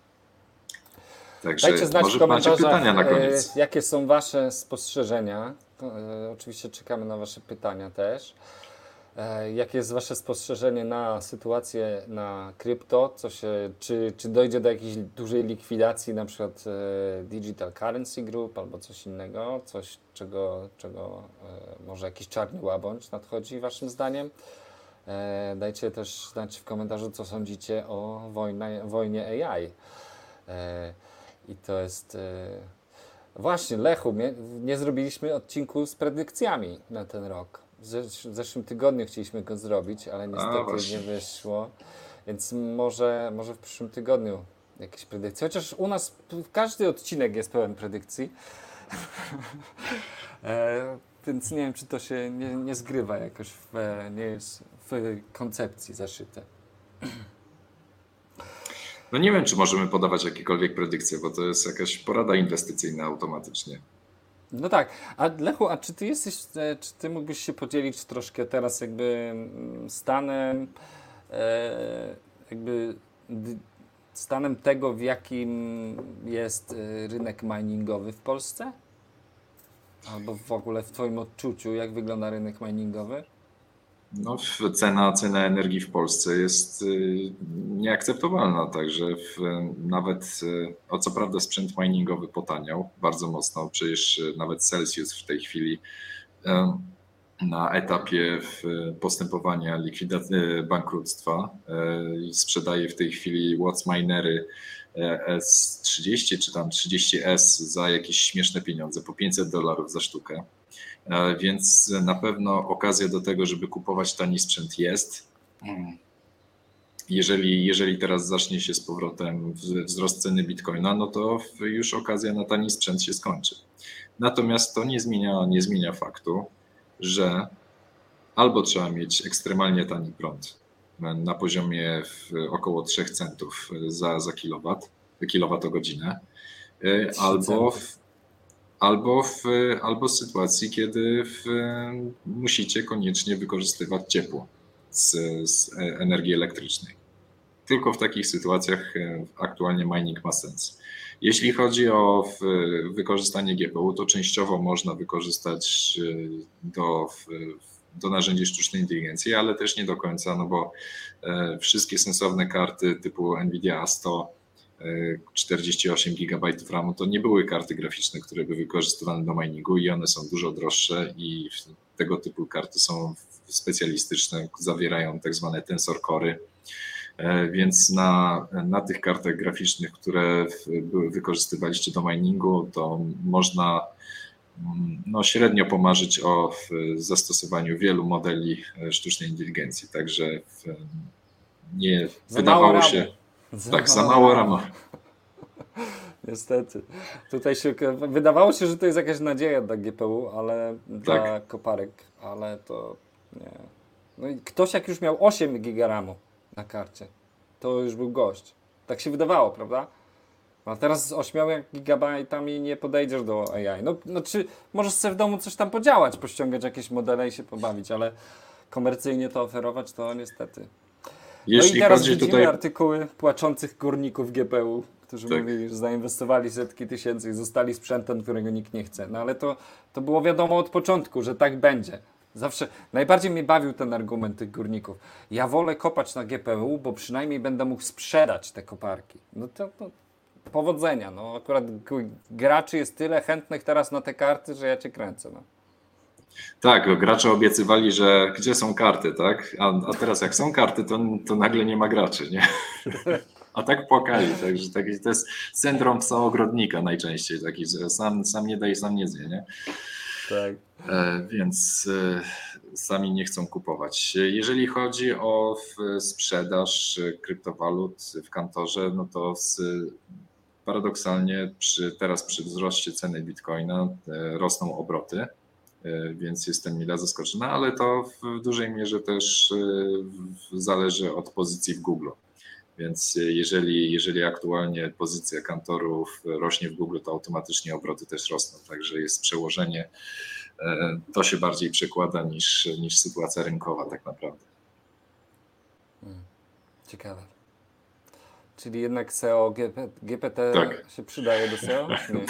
Także Dajcie znać w może macie komentarzach, pytania na e, koniec. jakie są Wasze spostrzeżenia. To, e, oczywiście czekamy na Wasze pytania też. E, jakie jest Wasze spostrzeżenie na sytuację na krypto? Co się, czy, czy dojdzie do jakiejś dużej likwidacji, na przykład e, Digital Currency Group albo coś innego? Coś, czego, czego e, może jakiś czarny łabędź nadchodzi Waszym zdaniem? E, dajcie też znać w komentarzu, co sądzicie o wojnie, wojnie A I. E, I to jest... E... Właśnie, Lechu, nie, nie zrobiliśmy odcinku z predykcjami na ten rok. W zesz- w zeszłym tygodniu chcieliśmy go zrobić, ale niestety właśnie. nie wyszło. Więc może, może w przyszłym tygodniu jakieś predykcje. Chociaż u nas p- każdy odcinek jest pełen predykcji. e, więc nie wiem, czy to się nie, nie zgrywa jakoś, w, e, nie jest w koncepcji zaszyte. No nie wiem, czy możemy podawać jakiekolwiek predykcje, bo to jest jakaś porada inwestycyjna automatycznie. No tak, a Lechu, a czy ty jesteś, e, czy ty mógłbyś się podzielić troszkę teraz jakby mm, stanem, e, jakby d- stanem tego, w jakim jest e, rynek miningowy w Polsce? Albo w ogóle w twoim odczuciu, jak wygląda rynek miningowy? No, w- cena, cena energii w Polsce jest y, nieakceptowalna, także w, nawet, y, o co prawda sprzęt miningowy potaniał bardzo mocno, przecież y, nawet Celsius w tej chwili y, na etapie w postępowania likwidacji bankructwa y, sprzedaje w tej chwili Watts minery S trzydzieści czy tam trzydzieści S za jakieś śmieszne pieniądze, po pięćset dolarów za sztukę. E, Więc na pewno okazja do tego, żeby kupować tani sprzęt jest. Jeżeli, jeżeli teraz zacznie się z powrotem w- wzrost ceny bitcoina, no to w- już okazja na tani sprzęt się skończy. Natomiast to nie zmienia, nie zmienia faktu, że albo trzeba mieć ekstremalnie tani prąd na poziomie w około trzech centów za, za kilowat, kilowatogodzinę, e, albo w, albo w albo w sytuacji, kiedy w, musicie koniecznie wykorzystywać ciepło z, z energii elektrycznej. Tylko w takich sytuacjach e, aktualnie mining ma sens. Jeśli chodzi o w- wykorzystanie G P U, to częściowo można wykorzystać e, do, w- do narzędzi sztucznej inteligencji, ale też nie do końca, no bo e, wszystkie sensowne karty typu Nvidia A sto, e, czterdzieści osiem gigabajtów ramu, to nie były karty graficzne, które by wykorzystywane do miningu i one są dużo droższe i tego typu karty są specjalistyczne, zawierają tak zwane tensor core'y. E, Więc na, na tych kartach graficznych, które w- były, wykorzystywaliście do miningu, to można mm, no, średnio pomarzyć o w zastosowaniu wielu modeli e, sztucznej inteligencji. Także w, nie Za mało wydawało ramu. się. Tak, za mało rama. Niestety. Tutaj się wydawało się, że to jest jakaś nadzieja dla G P U, ale dla Tak. koparek, ale to Nie. No i ktoś jak już miał osiem giga ramu na karcie, to już był gość. Tak się wydawało, prawda? A teraz z ośmioma gigabajtami nie podejdziesz do A I. No, no czy możesz sobie w domu coś tam podziałać, pościągać jakieś modele i się pobawić, ale komercyjnie to oferować, to niestety. Jeśli no i teraz chodzi widzimy tutaj... artykuły płaczących górników G P U, którzy Tak. mówili, że zainwestowali setki tysięcy i zostali sprzętem, którego nikt nie chce. No ale to, to było wiadomo od początku, że tak będzie. Zawsze najbardziej mnie bawił ten argument tych górników. Ja wolę kopać na G P U, bo przynajmniej będę mógł sprzedać te koparki. No to, to powodzenia. No akurat g- graczy jest tyle chętnych teraz na te karty, że ja cię kręcę. No. Tak, gracze obiecywali, że gdzie są karty, tak? A, a teraz jak są karty, to, to nagle nie ma graczy, nie? A tak płakali, także taki, to jest syndrom psa ogrodnika najczęściej, taki, że sam, sam nie daje, sam nie zje, nie? Tak. E, więc e, sami nie chcą kupować. Jeżeli chodzi o w, sprzedaż kryptowalut w kantorze, no to z, paradoksalnie przy, teraz przy wzroście ceny bitcoina e, rosną obroty. Więc jestem mile zaskoczony, ale to w dużej mierze też zależy od pozycji w Google. Więc jeżeli, jeżeli aktualnie pozycja kantorów rośnie w Google, to automatycznie obroty też rosną. Także jest przełożenie, to się bardziej przekłada niż, niż sytuacja rynkowa tak naprawdę. Ciekawe. Czyli jednak S E O, G P T Tak. się przydaje do S E O? Nie.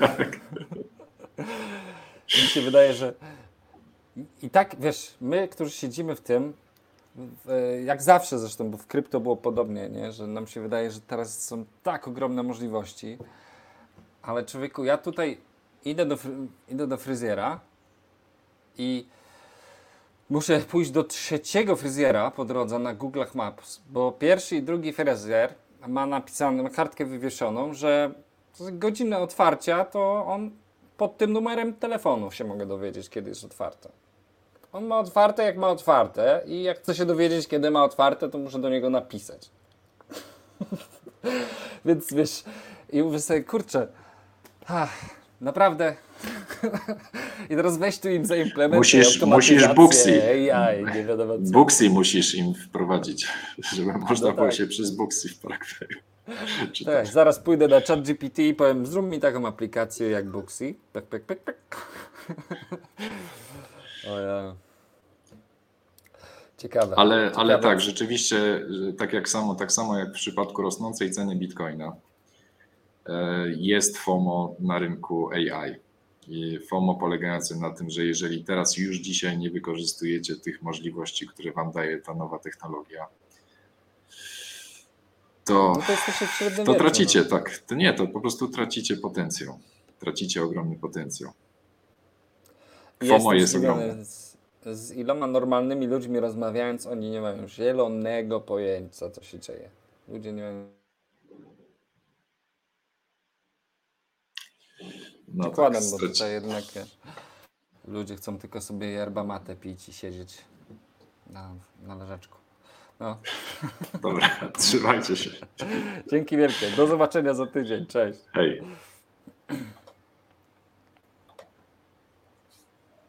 Mi się wydaje, że i tak, wiesz, my, którzy siedzimy w tym, w, jak zawsze zresztą, bo w krypto było podobnie, nie? Że nam się wydaje, że teraz są tak ogromne możliwości, ale człowieku, ja tutaj idę do, fry- idę do fryzjera i muszę pójść do trzeciego fryzjera po drodze na Google Maps, bo pierwszy i drugi fryzjer ma napisaną, ma kartkę wywieszoną, że z godziny otwarcia to on pod tym numerem telefonu się mogę dowiedzieć, kiedy jest otwarte. On ma otwarte, jak ma otwarte i jak chcę się dowiedzieć, kiedy ma otwarte, to muszę do niego napisać. Więc wiesz, i mówię sobie, kurczę, ach, naprawdę. I teraz weź tu im zaimplementuj Musisz- automatyzację, musisz Booksy. A I, nie wiadomo co. Booksy musisz im wprowadzić, żeby można No było tak. się przez Booksy w Paraguayu Tak, czytać. zaraz pójdę na ChatGPT i powiem, zrób mi taką aplikację jak Booksy. Pek, pek, pek, pek. O ja. Ciekawe. Ale, Ciekawe. ale tak, rzeczywiście, że tak jak samo, tak samo jak w przypadku rosnącej ceny Bitcoina, e, jest FOMO na rynku A I. I FOMO polegające na tym, że jeżeli teraz już dzisiaj nie wykorzystujecie tych możliwości, które wam daje ta nowa technologia, to, No to jesteście w to średniowieczu, tracicie, no. tak. To nie, to po prostu tracicie potencjał. Tracicie ogromny potencjał. FOMO Jestem jest zdziwiony. ogromne. Z, z iloma normalnymi ludźmi rozmawiając, oni nie mają zielonego pojęcia, co się dzieje. Ludzie nie mają No przykładem, tak, bo straci- tutaj jednak wiesz, ludzie chcą tylko sobie yerba mate pić i siedzieć na, na leżaczku. No. Dobra, trzymajcie się. Dzięki wielkie. Do zobaczenia za tydzień. Cześć. Hej.